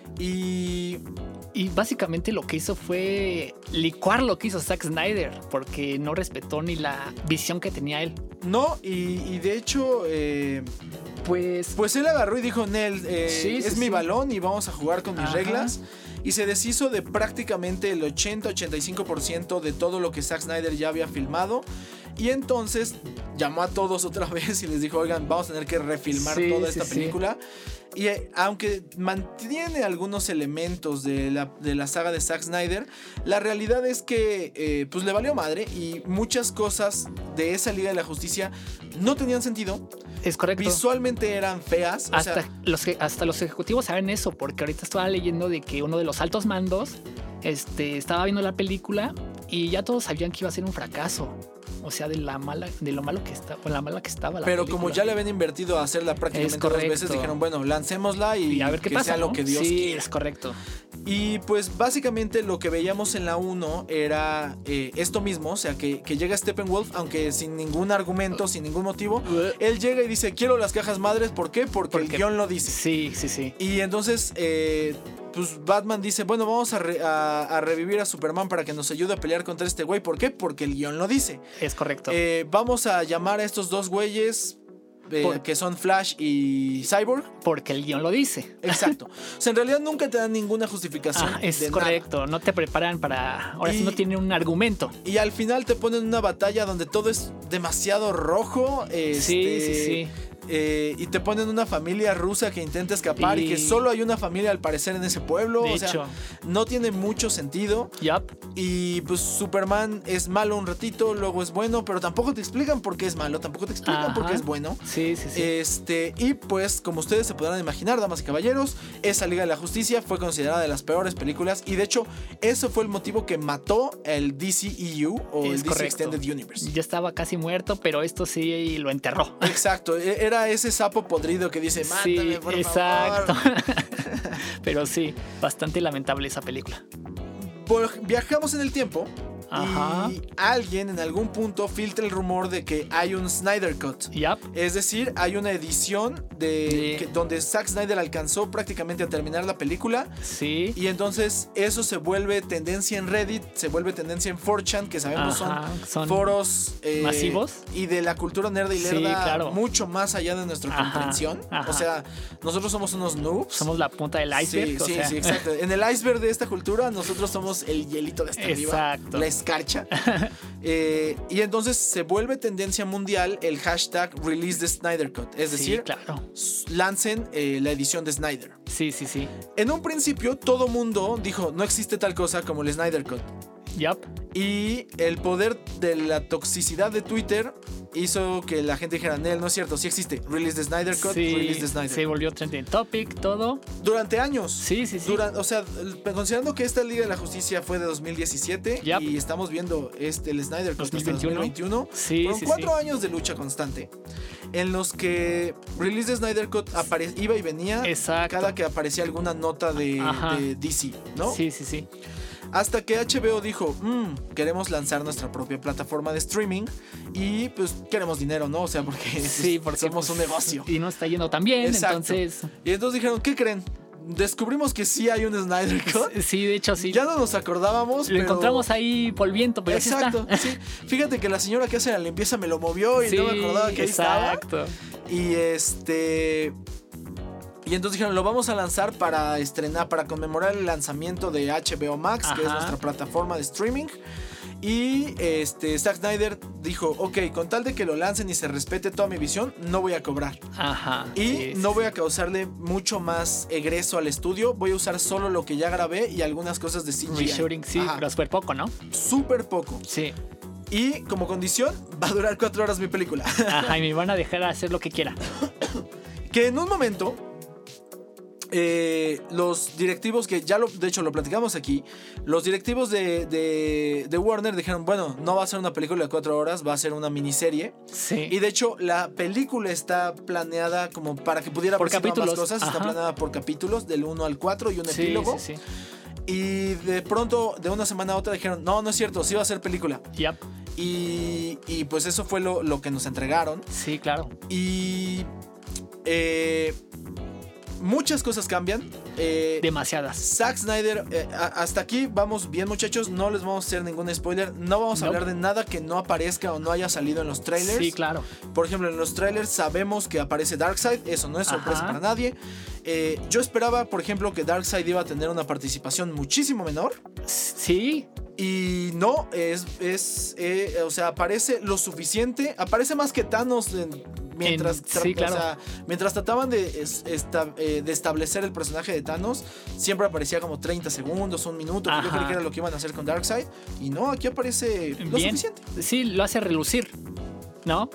y Y básicamente lo que hizo fue licuar lo que hizo Zack Snyder, porque no respetó ni la visión que tenía él. no, y, y de hecho, eh, Pues, pues él agarró y dijo, Nel, eh, Sí, sí, es mi sí. balón y vamos a jugar con mis Ajá. reglas. Y se deshizo de prácticamente el ochenta a ochenta y cinco por ciento de todo lo que Zack Snyder ya había filmado. Y entonces llamó a todos otra vez y les dijo, oigan, vamos a tener que refilmar Sí, toda sí, esta sí. película. Y eh, aunque mantiene algunos elementos de la, de la saga de Zack Snyder, la realidad es que eh, pues le valió madre y muchas cosas de esa Liga de la Justicia no tenían sentido. es correcto. Visualmente eran feas. O Hasta, sea, los, que- hasta los ejecutivos saben eso, porque ahorita estaba leyendo de que uno de los altos mandos este, estaba viendo la película y ya todos sabían que iba a ser un fracaso. O sea, de la mala, de lo malo que está, o la mala que estaba la pero película. como ya le habían invertido a hacerla prácticamente Es dos correcto. veces, dijeron, bueno, lancémosla y, Y a ver qué que pasa, sea lo ¿no? que Dios sí, quiera. es correcto. Y pues básicamente lo que veíamos en la uno era eh, esto mismo, o sea, que, que llega Steppenwolf, aunque sin ningún argumento, sin ningún motivo. Él llega y dice, quiero las cajas madres, ¿por qué? Porque, Porque- el guión lo dice. Sí, sí, sí. Y entonces, eh, pues Batman dice, bueno, vamos a, re- a- a revivir a Superman para que nos ayude a pelear contra este güey. ¿Por qué? Porque el guión lo dice. Es correcto. Eh, vamos a llamar a estos dos güeyes eh, Por- que son Flash y Cyborg. Porque el guión lo dice. Exacto. O sea, en realidad nunca te dan ninguna justificación. Ah, es de nada. correcto. No te preparan para. Ahora Y- sí no tiene un argumento. Y al final te ponen una batalla donde todo es demasiado rojo. Este, Sí, sí, sí. eh, y te ponen una familia rusa que intenta escapar y, Y- que solo hay una familia al parecer en ese pueblo. De o sea, hecho. no tiene mucho sentido. Yup. Y pues Superman es malo un ratito, luego es bueno, pero tampoco te explican por qué es malo, tampoco te explican Ajá. por qué es bueno. Sí, sí, sí. Este, y pues, como ustedes se podrán imaginar, damas y caballeros, esa Liga de la Justicia fue considerada de las peores películas. Y de hecho, eso fue el motivo que mató el D C E U o el Es D C correcto. Extended Universe. Ya estaba casi muerto, pero esto sí lo enterró. Exacto, e- era ese sapo podrido que dice, mátame, Sí, por exacto. favor. Pero sí, bastante lamentable esa película. Por- viajamos en el tiempo. Ajá. Y alguien en algún punto filtra el rumor de que hay un Snyder Cut. Yup. Es decir, hay una edición de, De- que- donde Zack Snyder alcanzó prácticamente a terminar la película. Sí. Y entonces eso se vuelve tendencia en Reddit, se vuelve tendencia en four chan, que sabemos Ajá, son, son foros eh, masivos. y de la cultura nerd y Sí, lerda claro. mucho más allá de nuestra Ajá, comprensión. ajá. O sea, nosotros somos unos noobs. Somos la punta del iceberg. Sí, o sí, sea. sí, exacto. En el iceberg de esta cultura, nosotros somos el hielito de hasta arriba. Exacto. La escarcha. Eh, y entonces se vuelve tendencia mundial el hashtag Release the Snyder Cut. Es Sí, decir, claro. s- lancen eh, la edición de Snyder. Sí, sí, sí. En un principio, todo mundo dijo, no existe tal cosa como el Snyder Cut. Yup. Y el poder de la toxicidad de Twitter hizo que la gente dijera, Nel, no es cierto, sí existe. Release the Snyder Cut, Sí, Release the Snyder se volvió trending topic, todo. Durante años. Sí, sí, sí. Duran- o sea, el- considerando que esta Liga de la Justicia fue de dos mil diecisiete Yep. y estamos viendo este, el Snyder Cut hasta dos mil veintiuno. dos mil veintiuno, Sí, fueron sí, cuatro sí. años de lucha constante en los que Release the Snyder Cut apare- iba y venía Exacto. cada que aparecía alguna nota de, Ajá. de D C, ¿no? Sí, sí, sí. Hasta que H B O dijo, "Mm, queremos lanzar nuestra propia plataforma de streaming y pues queremos dinero, ¿no? O sea, porque, Sí, pues, porque somos un pues, negocio. Y no está yendo tan bien, Exacto. entonces. Y entonces dijeron, ¿qué creen? Descubrimos que sí hay un Snyder Cut. Sí, de hecho, sí. Ya no nos acordábamos, Lo pero... encontramos ahí polviento, pero sí Exacto, está. sí. Fíjate que la señora que hace la limpieza me lo movió y Sí, no me acordaba que ahí exacto. estaba. Y este... Y entonces dijeron, lo vamos a lanzar para estrenar, para conmemorar el lanzamiento de H B O Max, que es Ajá. nuestra plataforma de streaming. Y este Zack Snyder dijo, ok, con tal de que lo lancen y se respete toda mi visión, no voy a cobrar. Ajá. Y sí, no sí, voy a causarle mucho más egreso al estudio. Voy a usar solo lo que ya grabé y algunas cosas de C G I. Reshooting, sí, Ajá. pero súper poco, ¿no? Súper poco. Sí. Y como condición, va a durar cuatro horas mi película. Ajá, y me van a dejar hacer lo que quiera. Que en un momento, eh, los directivos, que ya lo, de hecho lo platicamos aquí, los directivos de, de, de Warner dijeron, bueno, no va a ser una película de cuatro horas, va a ser una miniserie. Sí. Y de hecho, la película está planeada como para que pudiera por aparecer capítulos. Más cosas. Ajá. Está planeada por capítulos, del uno al cuatro y un Sí, epílogo. sí, sí. Y de pronto, de una semana a otra, dijeron, no, no es cierto, sí va a ser película. Yep. Y, y pues eso fue lo, lo que nos entregaron. Sí, claro. Y eh, muchas cosas cambian. Eh, Demasiadas. Zack Snyder, eh, a- hasta aquí vamos bien, muchachos. No les vamos a hacer ningún spoiler. No vamos a Nope. hablar de nada que no aparezca o no haya salido en los trailers. Sí, claro. Por ejemplo, en los trailers sabemos que aparece Darkseid. Eso no es sorpresa Ajá. para nadie. Eh, yo esperaba, por ejemplo, que Darkseid iba a tener una participación muchísimo menor. Sí. Y no, es, es eh, o sea, aparece lo suficiente. Aparece más que Thanos en- mientras, En- tra- sí, o claro. sea, mientras trataban de, es- esta- eh, de establecer el personaje de Thanos. Siempre aparecía como treinta segundos, un minuto. Que yo Ajá. creí que era lo que iban a hacer con Darkseid. Y no, aquí aparece lo Bien. suficiente. Sí, lo hace relucir, ¿no?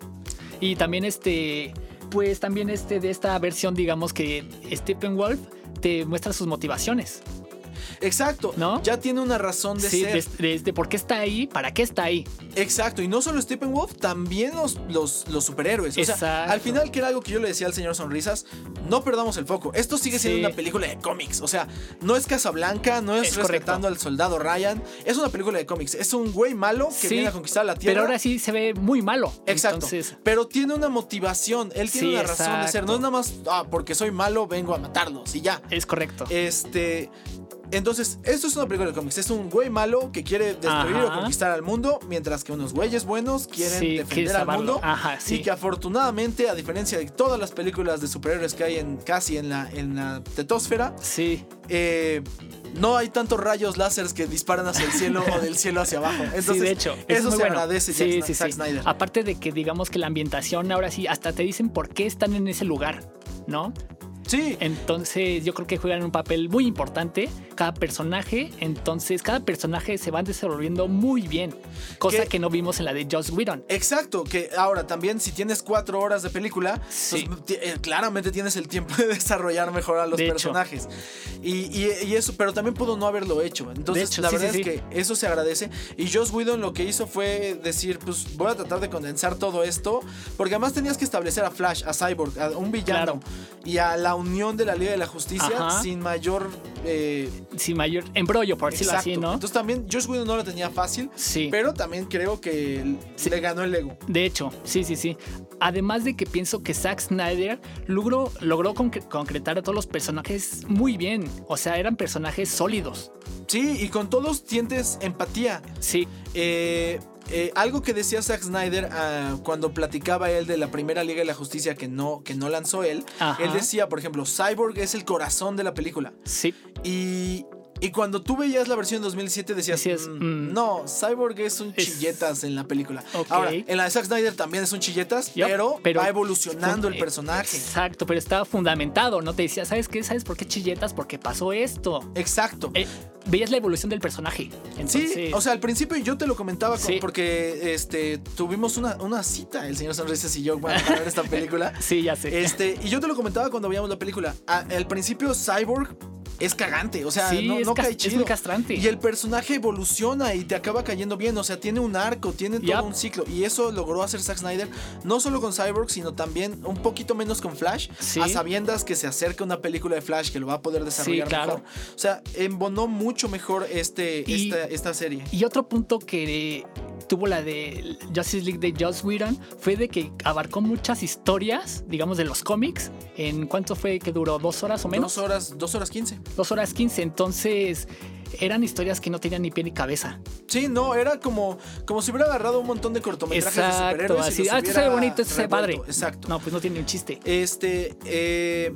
Y también este, pues también este de esta versión, digamos que Steppenwolf te muestra sus motivaciones. Exacto, ¿No? ya tiene una razón de Sí, ser. desde de, de por qué está ahí, para qué está ahí. Exacto, y no solo Steppenwolf, también los, los, los superhéroes. O sea, Exacto. al final, que era algo que yo le decía al señor Sonrisas, no perdamos el foco. Esto sigue siendo Sí. una película de cómics. O sea, no es Casablanca, no es, Es rescatando correcto. al soldado Ryan. Es una película de cómics. Es un güey malo que Sí, viene a conquistar la tierra. Pero ahora sí se ve muy malo. Exacto. Entonces, Pero tiene una motivación. Él tiene Sí, una razón de ser. No es exacto. nada más, ah, porque soy malo, vengo a matarlos y ya. es correcto. Este. Entonces, esto es una película de cómics. Es un güey malo que quiere destruir o Ajá. conquistar al mundo, mientras que unos güeyes buenos quieren Sí, defender quiere al salvarlo. mundo. Ajá, sí. Y que afortunadamente, a diferencia de todas las películas de superhéroes que hay en casi en la, en la tetosfera, Sí. eh, no hay tantos rayos láseres que disparan hacia el cielo o del cielo hacia abajo. Entonces, sí, de hecho. es eso muy se bueno. agradece Sí, Zack, sí, Zack sí. Snyder. Aparte de que digamos que la ambientación ahora sí, hasta te dicen por qué están en ese lugar, ¿no? Sí, Entonces yo creo que juegan un papel muy importante cada personaje. Entonces cada personaje se van desarrollando muy bien. Cosa ¿Qué? que no vimos en la de Joss Whedon. exacto, que ahora también si tienes cuatro horas de película, Sí. pues, ti- eh, claramente tienes el tiempo de desarrollar mejor a los De hecho. personajes. Y, y- y eso, pero también pudo no haberlo hecho. Entonces, De hecho, la sí, verdad sí, es sí. que eso se agradece. Y Joss Whedon lo que hizo fue decir, pues voy a tratar de condensar todo esto, porque además tenías que establecer a Flash, a Cyborg, a un villano Claro. y a la unión de la Liga de la Justicia Ajá. sin mayor... eh, Sin mayor embrollo, por decirlo exacto. así, ¿no? Entonces también Joss Whedon no lo tenía fácil, Sí. pero también creo que Sí. le ganó el ego. De hecho, sí, sí, sí. Además de que pienso que Zack Snyder logró, logró concre- concretar a todos los personajes muy bien. O sea, eran personajes sólidos. Sí, y con todos sientes empatía. Sí, Eh, eh, algo que decía Zack Snyder ah, cuando platicaba él de la primera Liga de la Justicia que no, que no lanzó él, Ajá. él decía, por ejemplo, Cyborg es el corazón de la película. sí. Y, y cuando tú veías la versión dos mil siete decías, Decías, "Mm, mm, no, Cyborg es un es- chilletas en la película. Ok. Ahora, en la de Zack Snyder también es un chilletas, Yup, pero, pero va evolucionando el eh, personaje. Exacto, pero estaba fundamentado. No te decía, ¿sabes qué? ¿Sabes por qué chilletas? Porque pasó esto. Exacto. Eh, veías la evolución del personaje. Entonces, Sí, o sea, al principio yo te lo comentaba con- Sí. porque este, tuvimos una, una cita, el señor Sonrisas y yo, bueno, para ver esta película. sí, ya sé. Este, y yo te lo comentaba cuando veíamos la película. A- al principio, Cyborg es cagante, o sea, sí, no, es, no cas- cae es chido. muy castrante. Y el personaje evoluciona y te acaba cayendo bien, o sea, tiene un arco, tiene todo Yup. un ciclo. Y eso logró hacer Zack Snyder, no solo con Cyborg, sino también un poquito menos con Flash, Sí. a sabiendas que se acerca una película de Flash que lo va a poder desarrollar claro. mejor. O sea, embonó mucho mejor este, Y- esta, esta serie. Y otro punto que tuvo la de Justice League de Joss Whedon fue de que abarcó muchas historias, digamos, de los cómics. ¿En cuánto fue que duró? ¿Dos horas o menos? Dos horas, dos horas quince. Dos horas quince. Entonces, eran historias que no tenían ni pie ni cabeza. Sí, no, era como, como si hubiera agarrado un montón de cortometrajes de Exacto, superhéroes y así. los Ah, esto se ve hubiera bonito, esto se ve padre. revuelto. Exacto. No, pues no tiene ni un chiste. Este, eh,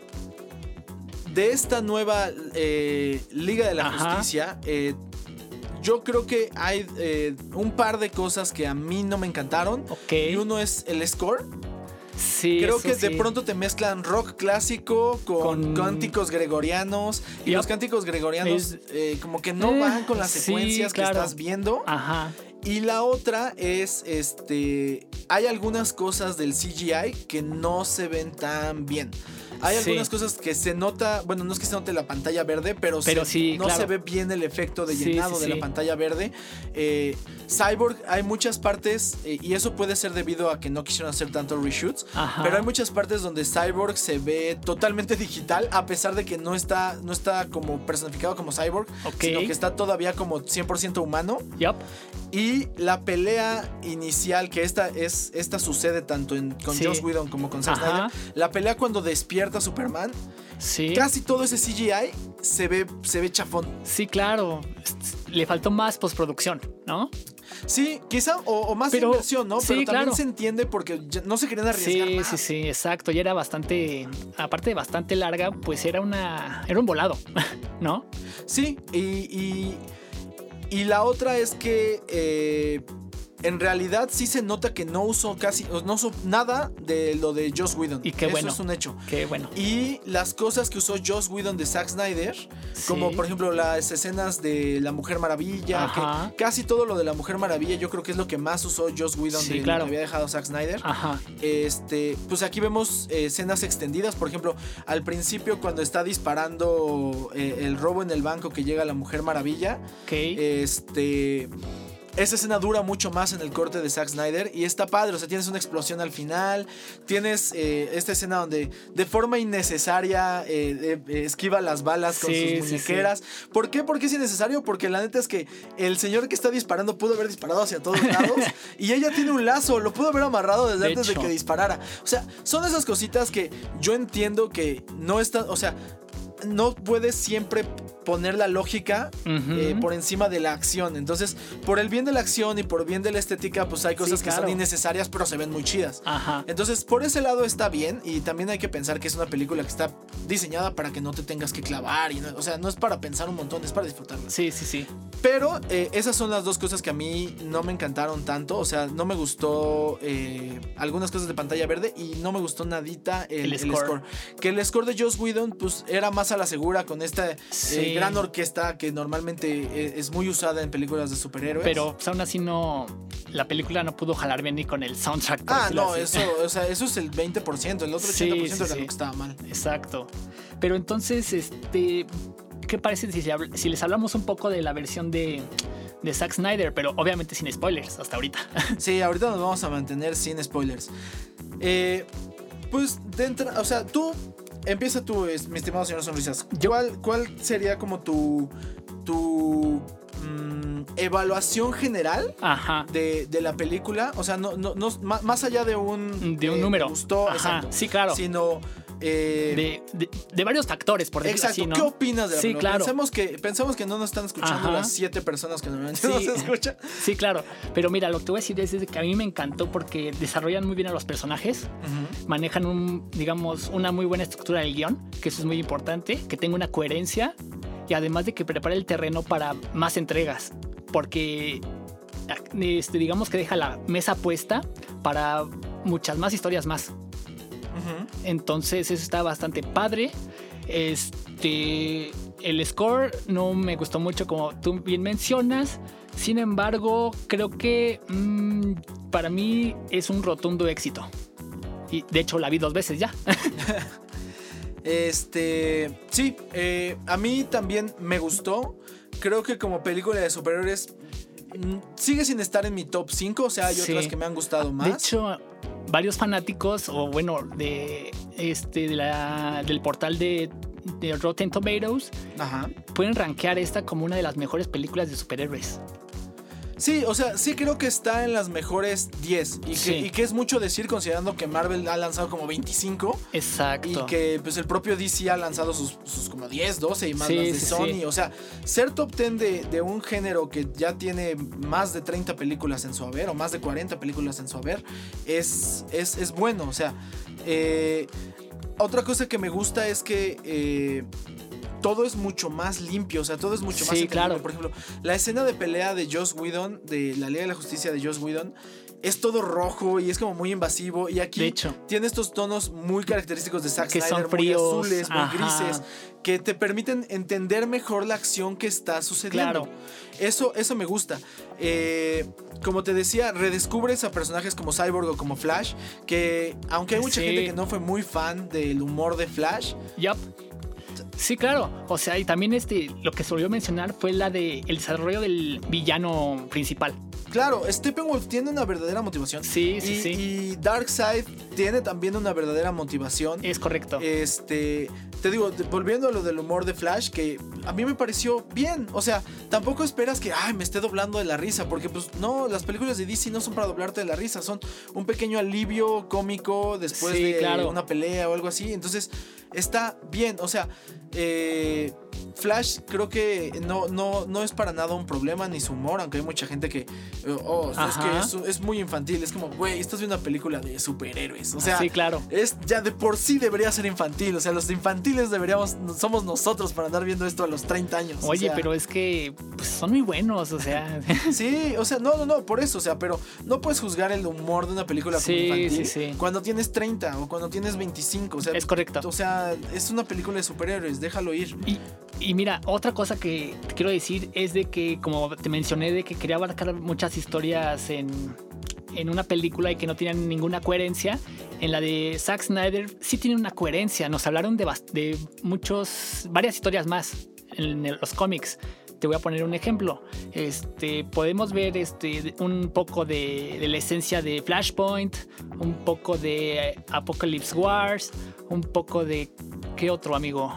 de esta nueva eh, Liga de la Ajá. Justicia, eh, yo creo que hay eh, un par de cosas que a mí no me encantaron. Ok. Y uno es el score. Sí, Creo eso que de sí. pronto te mezclan rock clásico con, Con- cánticos gregorianos. Y Yup. los cánticos gregorianos Es- eh, como que no Eh, van con las sí, secuencias claro. que estás viendo. Ajá. Y la otra es, este, hay algunas cosas del C G I que no se ven tan bien. Hay Sí. algunas cosas que se nota, bueno, no es que se note la pantalla verde, pero, Pero se- sí, no claro. se ve bien el efecto de Sí, llenado sí, de sí. la pantalla verde. Eh, Cyborg, hay muchas partes, eh, y eso puede ser debido a que no quisieron hacer tantos reshoots, Ajá. pero hay muchas partes donde Cyborg se ve totalmente digital, a pesar de que no está, no está como personificado como Cyborg, Ok. sino que está todavía como cien por ciento humano. Yup. Y la pelea inicial, que esta es esta sucede tanto en, con Sí. Joss Whedon como con Zack Ajá. Snyder. La pelea cuando despierta Superman, Sí. casi todo ese C G I se ve, se ve chafón. Sí, claro. Le faltó más postproducción, ¿no? Sí, quizá, o, o más Pero- inversión, ¿no? sí, Pero también claro. se entiende porque ya no se querían arriesgar Sí, más. sí, sí, exacto. Y era bastante, aparte de bastante larga, pues era una, era un volado, ¿no? Sí, y, y, y la otra es que eh, en realidad sí se nota que no usó casi, no usó nada de lo de Joss Whedon. Y qué Eso bueno. es un hecho. Qué bueno. Y las cosas que usó Joss Whedon de Zack Snyder, Sí. como por ejemplo las escenas de la Mujer Maravilla, Ajá. que casi todo lo de la Mujer Maravilla yo creo que es lo que más usó Joss Whedon Sí, de lo claro. que había dejado Zack Snyder. Ajá. Este, pues aquí vemos eh, escenas extendidas, por ejemplo, al principio cuando está disparando eh, el robo en el banco que llega la Mujer Maravilla, Ok. este, esa escena dura mucho más en el corte de Zack Snyder y está padre, o sea, tienes una explosión al final, tienes eh, esta escena donde de forma innecesaria eh, eh, esquiva las balas con Sí, sus sí, muñequeras. ¿Por qué? ¿Por qué es innecesario? Porque la neta es que el señor que está disparando pudo haber disparado hacia todos lados y ella tiene un lazo, lo pudo haber amarrado desde De antes hecho. de que disparara. O sea, son esas cositas que yo entiendo que no están, o sea, no puedes siempre poner la lógica Ujú. eh, por encima de la acción. Entonces, por el bien de la acción y por bien de la estética, pues hay cosas Sí, que claro. son innecesarias, pero se ven muy chidas. Ajá. Entonces, por ese lado está bien. Y también hay que pensar que es una película que está diseñada para que no te tengas que clavar. Y no- o sea, no es para pensar un montón, es para disfrutarla. Sí, sí, sí. Pero eh, esas son las dos cosas que a mí no me encantaron tanto. O sea, no me gustó eh, algunas cosas de pantalla verde y no me gustó nadita el, El el score. score. Que el score de Joss Whedon pues era más a la segura con esta eh, Sí. gran orquesta que normalmente eh, es muy usada en películas de superhéroes. Pero pues, aún así no. La película no pudo jalar bien ni con el soundtrack. por Ah, decirlo no, así. eso, o sea, eso es el veinte por ciento. El otro Sí, ochenta por ciento sí, era sí. lo que estaba mal. Exacto. Pero entonces, este. ¿Qué parece si, habl- si les hablamos un poco de la versión de, de Zack Snyder? Pero obviamente sin spoilers hasta ahorita. Sí, ahorita nos vamos a mantener sin spoilers. Eh, pues, de entrada, o sea, tú, empieza tú, es- mi estimado señor Sonrisas. Yo- ¿Cuál, ¿Cuál sería como tu, tu mm, evaluación general Ajá. de, de la película? O sea, no, no, no, más, más allá de un... De un eh, número. ¿te gustó? Ajá, Exacto. sí, claro. Sino... eh, De, de, de varios factores, por decirlo Exacto, así, ¿no? ¿qué opinas de la Sí, película? claro. Pensemos que, pensemos que no nos están escuchando Ajá. las siete personas que normalmente Sí. nos escuchan. Sí, claro. Pero mira, lo que te voy a decir es, es que a mí me encantó porque desarrollan muy bien a los personajes, manejan un, digamos, una muy buena estructura del guión, que eso es muy importante, que tenga una coherencia y además de que prepara el terreno para más entregas, porque este, digamos que deja la mesa puesta para muchas más historias más. Ujú. Entonces eso está bastante padre. Este, el score no me gustó mucho como tú bien mencionas. Sin embargo, creo que mmm, para mí es un rotundo éxito. Y de hecho la vi dos veces ya. Este, sí, eh, a mí también me gustó. Creo que como película de superhéroes mm, sigue sin estar en mi top cinco. O sea, hay Sí. otras que me han gustado más. De hecho, varios fanáticos, o bueno, de este de la, del portal de, de Rotten Tomatoes, Ajá. pueden rankear esta como una de las mejores películas de superhéroes. Sí, o sea, sí creo que está en las mejores diez. Y que, Sí. y que es mucho decir considerando que Marvel ha lanzado como veinticinco. Exacto. Y que pues el propio D C ha lanzado sus, sus como diez, doce y más Sí, las de sí, Sony. sí. O sea, ser top diez de, de un género que ya tiene más de treinta películas en su haber o más de cuarenta películas en su haber es, es, es bueno. O sea, eh, otra cosa que me gusta es que... Eh, todo es mucho más limpio, o sea, todo es mucho más Sí, entendible. claro. Por ejemplo, la escena de pelea de Joss Whedon, de la Liga de la Justicia de Joss Whedon, es todo rojo y es como muy invasivo. Y aquí de hecho, tiene estos tonos muy característicos de Zack que Snyder, son fríos, muy azules, muy ajá. grises, que te permiten entender mejor la acción que está sucediendo. Claro. Eso, eso me gusta. Eh, como te decía, redescubres a personajes como Cyborg o como Flash, que aunque hay mucha Sí. gente que no fue muy fan del humor de Flash. Yup. Sí, claro. O sea, y también este, lo que se olvidó mencionar fue la de el desarrollo del villano principal. Claro, Steppenwolf tiene una verdadera motivación. Sí, sí, y, sí. Y Darkseid tiene también una verdadera motivación. Es correcto. Este, te digo, de- volviendo a lo del humor de Flash, que a mí me pareció bien. O sea, tampoco esperas que, ay, me esté doblando de la risa, porque pues no, las películas de D C no son para doblarte de la risa, son un pequeño alivio cómico después Sí, de claro. una pelea o algo así. Entonces, está bien. O sea, eh, Flash creo que no, no, no es para nada un problema, ni su humor, aunque hay mucha gente que, eh, oh, es Ajá. que es, es muy infantil. Es como, güey, estás viendo una película de superhéroes. O sea, sí, claro. es ya de por sí debería ser infantil. O sea, los infantiles deberíamos, somos nosotros para andar viendo esto a los treinta años. o Oye, sea, pero es que pues, son muy buenos, o sea. Sí, o sea, no, no, no, por eso, o sea, pero no puedes juzgar el humor de una película como Sí, infantil sí, sí. cuando tienes treinta o cuando tienes veinticinco. O sea, Es correcto. O sea, es una película de superhéroes, déjalo ir. Y, y mira, otra cosa que te quiero decir es de que, como te mencioné, de que quería abarcar muchas historias en, en una película y que no tenían ninguna coherencia. En la de Zack Snyder sí tiene una coherencia. Nos hablaron de, bast- de muchos, varias historias más en el- los cómics. Te voy a poner un ejemplo. Este, podemos ver este, un poco de, de la esencia de Flashpoint, un poco de Apocalypse Wars, un poco de... ¿Qué otro, amigo?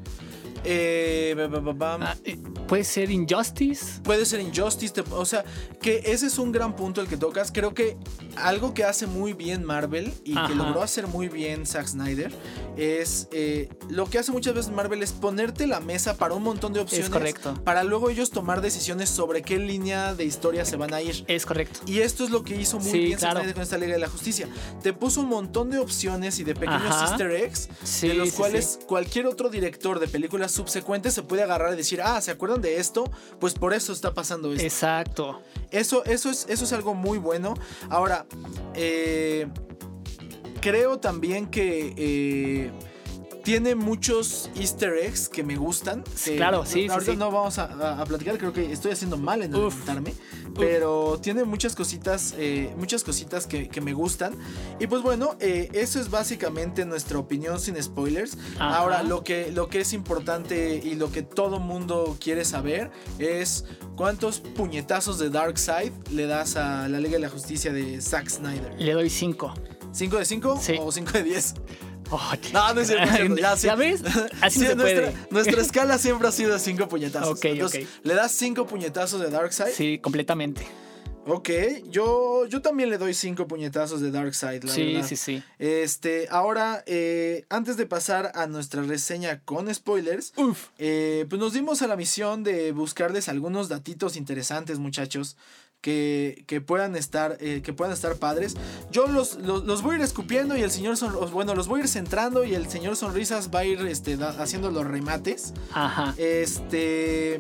Eh, ba, ba, ba, bam. Ah, eh, puede ser Injustice. Puede ser Injustice, te- o sea, que ese es un gran punto el que tocas. Creo que algo que hace muy bien Marvel y Ajá. que logró hacer muy bien Zack Snyder es eh, lo que hace muchas veces Marvel es ponerte la mesa para un montón de opciones. Es correcto. Para luego ellos tomar decisiones sobre qué línea de historia se van a ir. Es correcto. Y esto es lo que hizo muy Sí, bien Zack claro. Snyder con esta Liga de la Justicia. Te puso un montón de opciones y de pequeños Ajá. easter eggs Sí, de los sí, cuales sí. cualquier otro director de películas subsecuentes se puede agarrar y decir, ah, ¿se acuerdan de esto? Pues por eso está pasando esto. Exacto. Eso, eso, es, eso es algo muy bueno. Ahora, eh, creo también que eh, tiene muchos easter eggs que me gustan. Sí, que claro, no- sí, sí, Ahorita sí. no vamos a, a- a platicar, creo que estoy haciendo mal en Uf. adelantarme. Pero tiene muchas cositas, eh, muchas cositas que, que me gustan. Y pues bueno, eh, eso es básicamente nuestra opinión sin spoilers. Ajá. Ahora, lo que, lo que es importante y lo que todo mundo quiere saber es cuántos puñetazos de Darkseid le das a la Liga de la Justicia de Zack Snyder. Le doy cinco. ¿cinco de cinco Sí. o cinco de diez? Oh, No, no es cierto, no es cierto, ya, sí. ¿Ya ves? Así Sí, no se nuestra, puede. nuestra escala siempre ha sido de cinco puñetazos. Ok, Entonces, ok. ¿le das cinco puñetazos de Darkseid? Sí, completamente. Ok, yo, yo también le doy cinco puñetazos de Darkseid, la Sí, verdad. sí, sí. Este, ahora, eh, antes de pasar a nuestra reseña con spoilers, Uf. eh, pues nos dimos a la misión de buscarles algunos datitos interesantes, muchachos, que, que puedan estar, eh, que puedan estar padres. Yo los, los, los voy a ir escupiendo y el señor son, bueno, los voy a ir centrando y el señor Sonrisas va a ir este, da- haciendo los remates. Ajá. Este.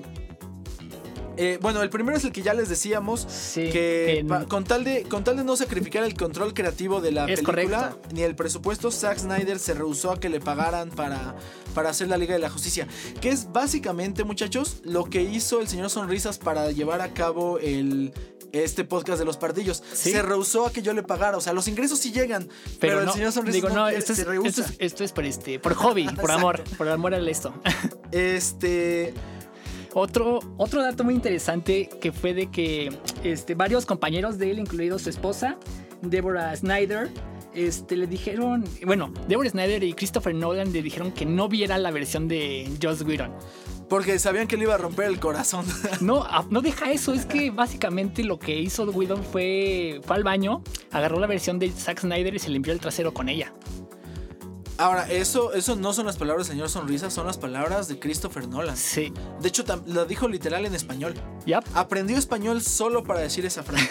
Eh, bueno, el primero es el que ya les decíamos. Sí. Que en- pa- con, tal de, con tal de no sacrificar el control creativo de la Es película correcto. ni el presupuesto, Zack Snyder se rehusó a que le pagaran para, para hacer la Liga de la Justicia. Que es básicamente, muchachos, lo que hizo el señor Sonrisas para llevar a cabo el, este podcast de los pardillos. ¿Sí? Se rehusó a que yo le pagara. O sea, los ingresos sí llegan. Pero, Pero, el no, señor Sonrisas digo, no, no, quiere, esto es, se rehúsa. esto es, esto es por, este, por hobby, por amor, por amor al esto. Este. Otro, otro dato muy interesante que fue de que este, varios compañeros de él, incluido su esposa, Deborah Snyder, este, le dijeron, bueno, Deborah Snyder y Christopher Nolan le dijeron que no viera la versión de Joss Whedon. Porque sabían que le iba a romper el corazón. No, a- no deja eso, es que básicamente lo que hizo Whedon fue, fue al baño, agarró la versión de Zack Snyder y se limpió el trasero con ella. Ahora, eso, eso no son las palabras del señor Sonrisa, son las palabras de Christopher Nolan. Sí. De hecho, tam- lo dijo literal en español. Yep. Aprendió español solo para decir esa frase.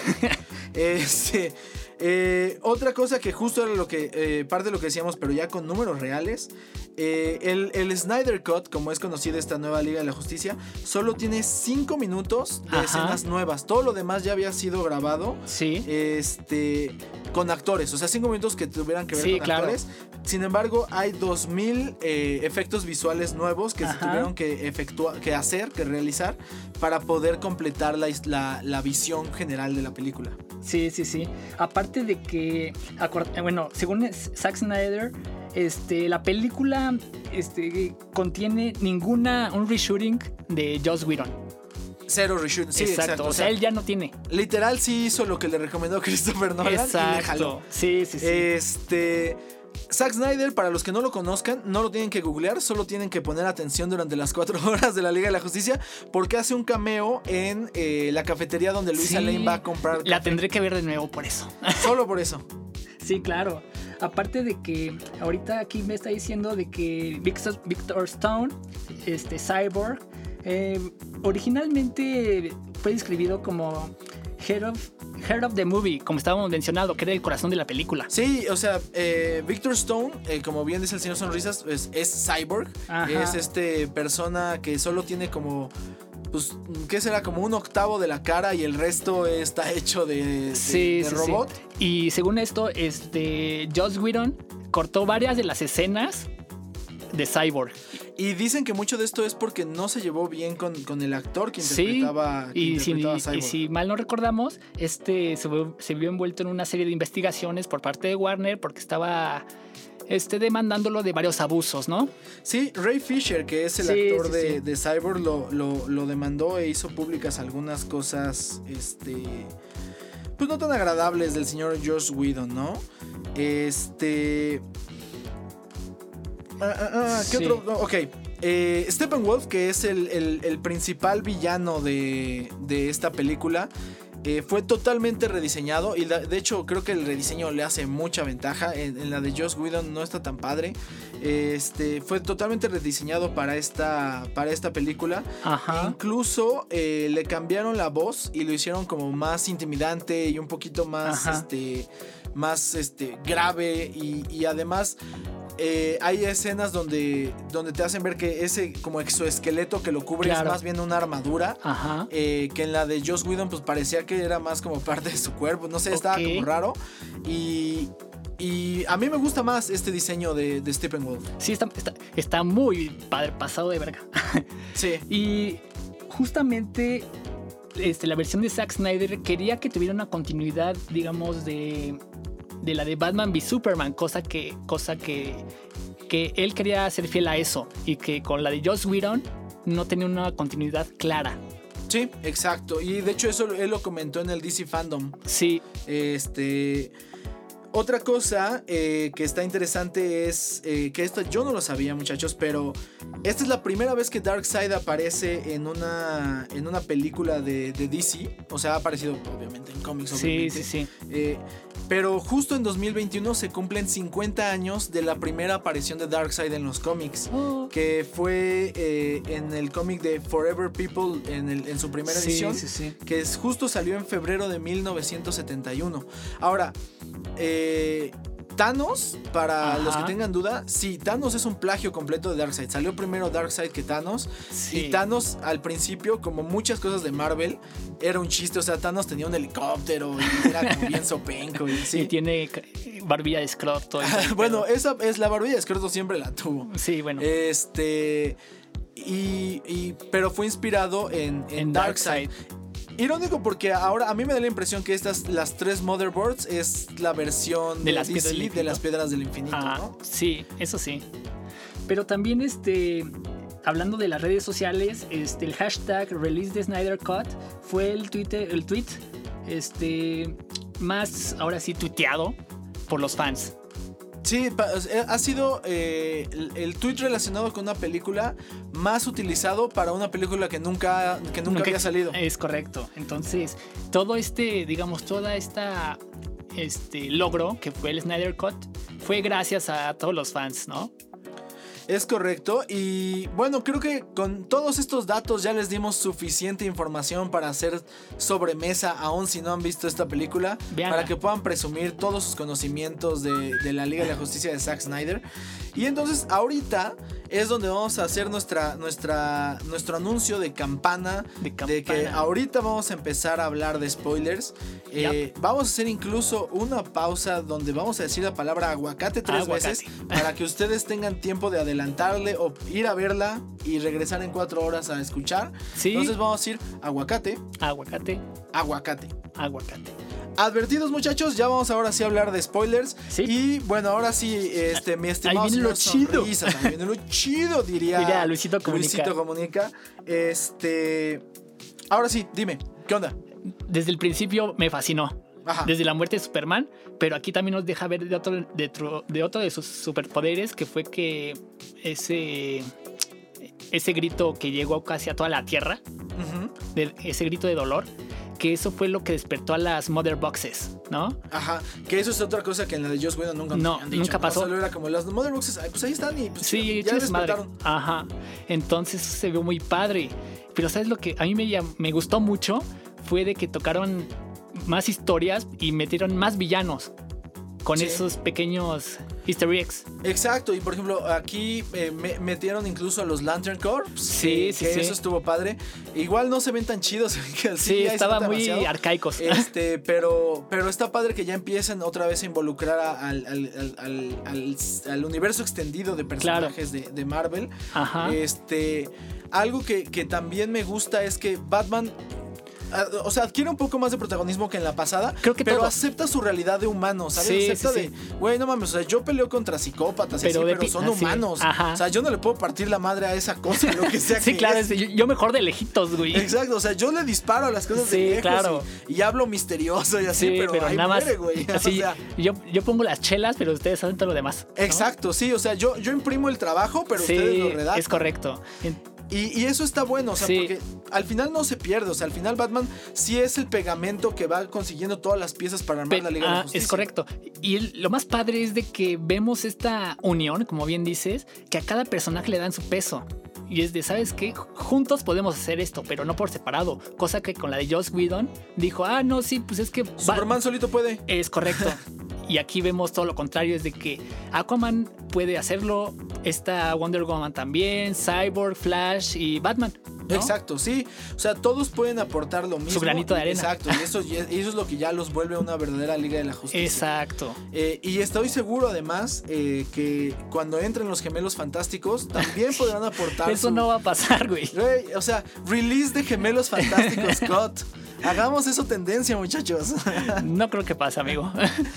este, eh, otra cosa que justo era lo que eh, parte de lo que decíamos, pero ya con números reales. Eh, el, el Snyder Cut, como es conocida esta nueva Liga de la Justicia, solo tiene cinco minutos de Ajá. escenas nuevas. Todo lo demás ya había sido grabado. Sí. Este, con actores, o sea, cinco minutos que tuvieran que ver Sí, con claro. actores. Sin embargo, hay dos mil eh, efectos visuales nuevos que Ajá. se tuvieron que, efectuar, que hacer, que realizar, para poder completar la, la, la visión general de la película. Sí, sí, sí. Aparte de que, acuer- bueno, según Zack Snyder, este, la película este, contiene ninguna, un reshooting de Joss Whedon. Cero reshoot. Sí, exacto. exacto. O sea, él ya no tiene. Literal sí hizo lo que le recomendó Christopher Nolan y le jaló. Exacto. Sí, sí, sí. Este... Zack Snyder, para los que no lo conozcan, no lo tienen que googlear, solo tienen que poner atención durante las cuatro horas de la Liga de la Justicia, porque hace un cameo en eh, la cafetería donde Luisa Sí. Lane va a comprar La café. tendré que ver de nuevo por eso. Solo por eso. Sí, claro. Aparte de que ahorita aquí me está diciendo de que Victor, Victor Stone, este Cyborg, eh, originalmente fue describido como Head of, Head of the Movie, como estábamos mencionando, que era el corazón de la película. Sí, o sea, eh, Victor Stone, eh, como bien dice el señor Sonrisas, es, es Cyborg. Ajá. Es este persona que solo tiene como... Pues, ¿qué será? Como un octavo de la cara y el resto está hecho de, de, Sí, de sí, robot. sí. Y según esto, este Joss Whedon cortó varias de las escenas de Cyborg. Y dicen que mucho de esto es porque no se llevó bien con, con el actor que Sí, interpretaba, que y si, interpretaba a Cyborg. y si mal no recordamos, este se vio, se vio envuelto en una serie de investigaciones por parte de Warner porque estaba este, demandándolo de varios abusos, ¿no? Sí, Ray Fisher, que es el Sí, actor sí, de, sí. de Cyborg, lo, lo, lo demandó e hizo públicas algunas cosas, este, pues no tan agradables del señor Joss Whedon, ¿no? Este... Ah, ah, ah, ¿qué Sí. otro? Oh, ok. Eh, Steppenwolf, que es el, el, el principal villano de, de esta película, eh, fue totalmente rediseñado. Y la, de hecho, creo que el rediseño le hace mucha ventaja. En, en la de Joss Whedon no está tan padre. Este, fue totalmente rediseñado para esta, para esta película. Ajá. Incluso eh, le cambiaron la voz y lo hicieron como más intimidante y un poquito más, Ajá. este, más este, grave. Y, y además... Eh, hay escenas donde, donde te hacen ver que ese como exoesqueleto que lo cubre Claro. es más bien una armadura. Ajá. Eh, que en la de Joss Whedon pues parecía que era más como parte de su cuerpo. No sé, estaba Ok. como raro. Y, y a mí me gusta más este diseño de, de Steppenwolf. Sí, está, está, está muy padre, pasado de verga. Sí. Y justamente este, la versión de Zack Snyder quería que tuviera una continuidad, digamos, de, de la de Batman v Superman, cosa que, cosa que, que él quería ser fiel a eso y que con la de Joss Whedon no tenía una continuidad clara. Sí, exacto. Y de hecho eso él lo comentó en el D C Fandom. Sí, Este... Otra cosa eh, que está interesante es eh, que esto yo no lo sabía, muchachos, pero esta es la primera vez que Darkseid aparece en una, en una película de, de D C. O sea, ha aparecido obviamente en cómics. sí, Obviamente. sí, sí. Eh, pero justo en dos mil veintiuno se cumplen cincuenta años de la primera aparición de Darkseid en los cómics. Oh. Que fue eh, en el cómic de Forever People en, el, en su primera Sí, edición. sí, sí. Que es, justo salió en febrero de mil novecientos setenta y uno. Ahora, eh, Thanos, para Ajá. los que tengan duda, sí, Thanos es un plagio completo de Darkseid. Salió primero Darkseid que Thanos. Sí. Y Thanos, al principio, como muchas cosas de Marvel, era un chiste. O sea, Thanos tenía un helicóptero y era como bien sopenco. Y, sí. Y tiene barbilla de escroto. y todo el Bueno, pedo. esa es la barbilla de escroto, siempre la tuvo. Sí, bueno. Este. Y, y- pero fue inspirado en, en, En Darkseid. Irónico porque ahora a mí me da la impresión que estas, las tres motherboards, es la versión De de, las D piedras C del de infinito. las piedras del infinito, Ah, ¿no? sí, eso sí. Pero también, este, hablando de las redes sociales, este, el hashtag Release the Snyder Cut fue el Twitter, el tweet, este, más, ahora sí, tuiteado por los fans. Sí, pa- ha sido eh, el, el tweet relacionado con una película más utilizado para una película que nunca, que nunca, había salido. Es correcto. Entonces, todo este, digamos, toda esta este logro que fue el Snyder Cut fue gracias a todos los fans, ¿no? Es correcto, y bueno, creo que con todos estos datos ya les dimos suficiente información para hacer sobremesa, aún si no han visto esta película, Veanla. para que puedan presumir todos sus conocimientos de, de la Liga de la Justicia de Zack Snyder. Y entonces ahorita es donde vamos a hacer nuestra, nuestra, nuestro anuncio de campana, De campana. de que ahorita vamos a empezar a hablar de spoilers. Eh, vamos a hacer incluso una pausa donde vamos a decir la palabra aguacate tres Aguacate. veces para que ustedes tengan tiempo de adelantarle o ir a verla y regresar en cuatro horas a escuchar. Sí. Entonces vamos a decir aguacate, Aguacate, aguacate. aguacate. Advertidos, muchachos, ya vamos ahora sí a hablar de spoilers. Sí. Y bueno, ahora sí, este, mi estimado Ahí viene lo señor chido. Sonrisas, ahí viene lo chido, diría, Diría Luisito Comunica. Luisito Comunica. Este, ahora sí, dime, ¿qué onda? Desde el principio me fascinó. Ajá. Desde la muerte de Superman, pero aquí también nos deja ver de otro de, tro- de otro de sus superpoderes, que fue que ese ese grito que llegó casi a toda la Tierra, Ujú. de, ese grito de dolor, que eso fue lo que despertó a las Mother Boxes, ¿no? Ajá, que eso es otra cosa que en la de Joss Whedon nunca nos No, habían dicho, nunca pasó. Solo era como las Mother Boxes, ay, pues ahí están y pues Sí, ya chingue su madre. despertaron. Ajá. Entonces se vio muy padre. Pero ¿sabes lo que a mí me, llam- me gustó mucho? Fue de que tocaron más historias y metieron más villanos con Sí. esos pequeños easter eggs. Exacto, y por ejemplo, aquí eh, me- metieron incluso a los Lantern Corps. Sí, que, sí, que sí. eso estuvo padre. Igual no se ven tan chidos. se ven que el Sí, C G I se estaban nota muy demasiado. arcaicos. Este, pero, pero está padre que ya empiecen otra vez a involucrar a- al, al, al, al, al- al universo extendido de personajes de, de Marvel. Ajá. Este, algo que, que también me gusta es que Batman, ah, o sea, adquiere un poco más de protagonismo que en la pasada, Creo que pero todo. acepta su realidad de humano, ¿sabes? Sí, acepta sí, de, sí. güey, no mames, o sea, yo peleo contra psicópatas, y Pero así, de pero pi- son ah, sí. humanos. Ajá. O sea, yo no le puedo partir la madre a esa cosa, lo que sea Sí, que claro, es. es- yo, yo mejor de lejitos, güey. Exacto, o sea, yo le disparo a las cosas Sí, de lejos claro. y, y hablo misterioso y así, Sí, pero, pero ahí nada más. muere, güey. Así, O sea, yo, yo pongo las chelas, pero ustedes hacen todo lo demás, ¿no? exacto, sí, o sea, yo, yo imprimo el trabajo, pero Sí, ustedes lo redactan. es correcto. En- Y, y eso está bueno, o sea, Sí. porque al final no se pierde, o sea, al final Batman sí es el pegamento que va consiguiendo todas las piezas para armar Pe- la Liga de la ah, Justicia. es correcto. Y el- lo más padre es de que vemos esta unión, como bien dices, que a cada personaje le dan su peso. Y es de, ¿sabes qué? Juntos podemos hacer esto, pero no por separado. Cosa que con la de Joss Whedon dijo, ah, no, sí, pues es que... va- Superman solito puede. Es correcto. Y aquí vemos todo lo contrario, es de que Aquaman puede hacerlo, esta Wonder Woman también, Cyborg, Flash y Batman, ¿no? Exacto, sí. O sea, todos pueden aportar lo mismo. Su granito de arena. Exacto, y eso, y eso es lo que ya los vuelve una verdadera Liga de la Justicia. Exacto. Eh, y estoy seguro además eh, que cuando entren los Gemelos Fantásticos también podrán aportar. Eso su- no va a pasar, güey. Güey, o sea, release de Gemelos Fantásticos, Scott. Hagamos eso tendencia, muchachos. No creo que pase, amigo.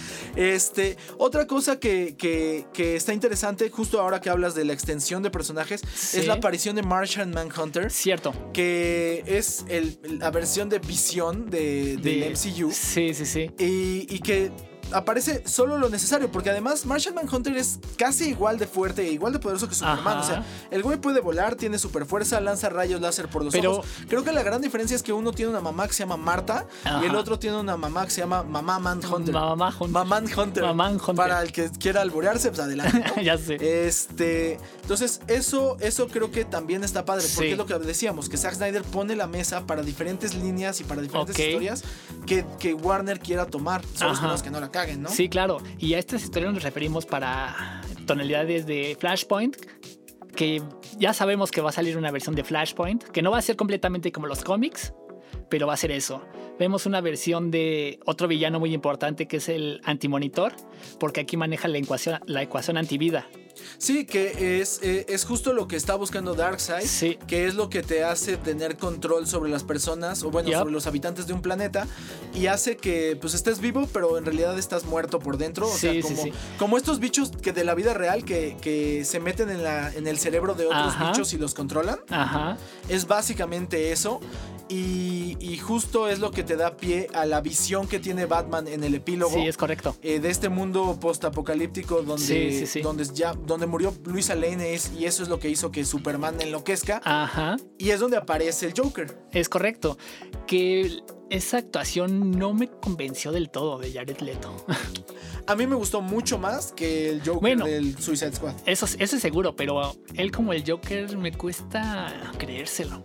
Este, otra cosa que, que, que está interesante, justo ahora que hablas de la extensión de personajes, Sí. es la aparición de Martian Manhunter, Cierto. que es el- la versión de Visión de, del De- M C U. Sí, sí, sí. Y, y que aparece solo lo necesario, porque además Martian Manhunter es casi igual de fuerte e igual de poderoso que Superman. Ajá. O sea, el güey puede volar, tiene super fuerza, lanza rayos láser por los Pero- ojos. Creo que la gran diferencia es que uno tiene una mamá que se llama Marta Ajá. y el otro tiene una mamá que se llama Mamá Manhunter. Mamá Hunter. Mamá Hunter. Mamá Hunter. Para el que quiera alburearse, pues adelante, ¿no? Ya sé. Este, entonces eso, eso creo que también está padre, porque Sí. es lo que decíamos, que Zack Snyder pone la mesa para diferentes líneas y para diferentes Ok. historias que, que Warner quiera tomar. Solo Ajá. esperamos que no la caguen, ¿no? Sí, claro. Y a estas historias nos referimos para tonalidades de Flashpoint, que ya sabemos que va a salir una versión de Flashpoint, que no va a ser completamente como los cómics, pero va a ser eso. Vemos una versión de otro villano muy importante que es el Antimonitor, porque aquí maneja la ecuación, la ecuación antivida. Sí, que es, eh, es justo lo que está buscando Darkseid, Sí. que es lo que te hace tener control sobre las personas, o bueno, Yep. sobre los habitantes de un planeta, y hace que pues estés vivo, pero en realidad estás muerto por dentro. O Sí, sea, sí, como, sí. como estos bichos que de la vida real que, que se meten en, la, en el cerebro de otros Ajá. bichos y los controlan. Ajá. Es básicamente eso. Y, y justo es lo que te da pie a la visión que tiene Batman en el epílogo. Sí, es correcto. eh, de este mundo postapocalíptico donde, Sí, sí, sí. donde, ya, donde murió Luisa Lane es, y eso es lo que hizo que Superman enloquezca. Ajá. Y es donde aparece el Joker. Es correcto. Que esa actuación no me convenció del todo de Jared Leto. a mí me gustó mucho más que el Joker bueno, del Suicide Squad. Eso, eso es seguro, pero él como el Joker me cuesta creérselo.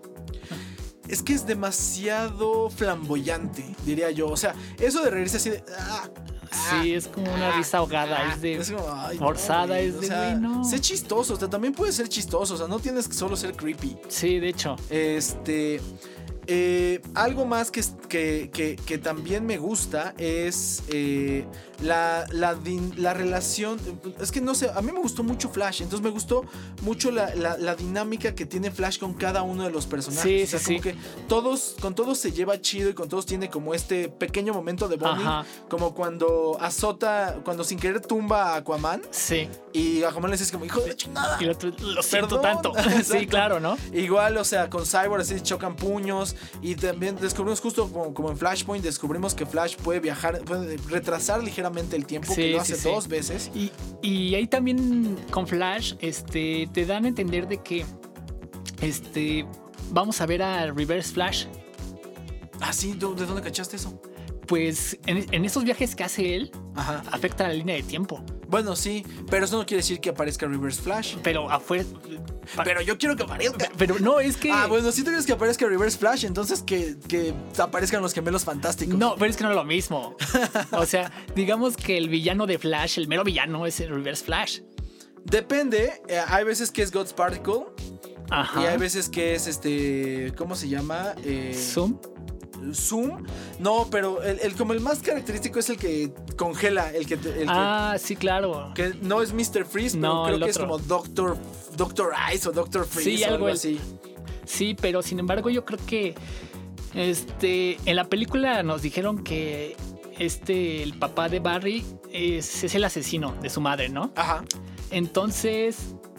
Es que es demasiado flamboyante, diría yo. O sea, eso de reírse así de... Ah, sí, es como una risa ahogada, ah, es de es como, ay, forzada, no, es de... O sea, no. Sé chistoso, o sea, también puede ser chistoso, o sea, no tienes que solo ser creepy. Sí, de hecho. Este... Eh, algo más que, que, que, que también me gusta es eh, la, la, la relación. Es que no sé, a mí me gustó mucho Flash. Entonces me gustó mucho la, la, la dinámica que tiene Flash con cada uno de los personajes. Sí, o sea, sí, como sí. que todos, con todos se lleva chido y con todos tiene como este pequeño momento de bonding. Ajá. Como cuando azota, cuando sin querer tumba a Aquaman. Sí. Y Aquaman le dice como, hijo de chingada. Y lo, lo siento tanto. Sí, claro, ¿no? Igual, o sea, con Cyborg así chocan puños. Y también descubrimos justo como, como en Flashpoint, descubrimos que Flash puede viajar, puede retrasar ligeramente el tiempo, sí, que lo hace sí, sí. dos veces. Y, y ahí también con Flash este, te dan a entender de que este, vamos a ver a Reverse Flash. Ah, sí, ¿de dónde cachaste eso? Pues en, en esos viajes que hace él, ajá, afecta la línea de tiempo. Bueno, sí, pero eso no quiere decir que aparezca Reverse Flash. Pero afuera... Pero yo quiero que aparezca. Pero no, es que... Ah, bueno, si tú quieres que aparezca Reverse Flash, entonces que, que aparezcan los gemelos fantásticos. No, pero es que no es lo mismo. O sea, digamos que el villano de Flash, el mero villano, es el Reverse Flash. Depende, eh, hay veces que es God's Particle. Ajá. Y hay veces que es este... ¿Cómo se llama? Eh, Zoom. Zoom, no, pero el, el como el más característico es el que congela, el que, el ah, que, sí, claro, que no es mister Freeze, pero no, creo que otro. Es como Doctor Doctor Ice o Doctor Freeze, sí, o algo, algo así. Sí, pero sin embargo yo creo que este en la película nos dijeron que este el papá de Barry es, es el asesino de su madre, ¿no? Ajá. Entonces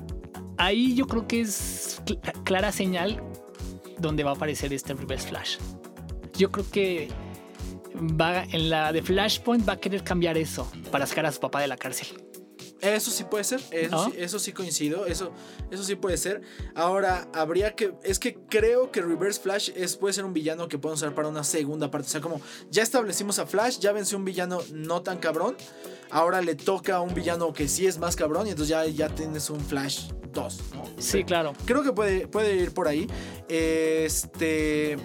ahí yo creo que es cl- clara señal donde va a aparecer este Reverse Flash. Yo creo que va, en la de Flashpoint va a querer cambiar eso para sacar a su papá de la cárcel. Eso sí puede ser, eso, ¿no? sí, eso sí coincido, eso, eso sí puede ser. Ahora, habría que, es que creo que Reverse Flash es, puede ser un villano que podemos usar para una segunda parte. O sea, como ya establecimos a Flash, ya venció un villano no tan cabrón, ahora le toca a un villano que sí es más cabrón y entonces ya, ya tienes un Flash dos, ¿no? Sí, claro. Creo que puede, puede ir por ahí. Este...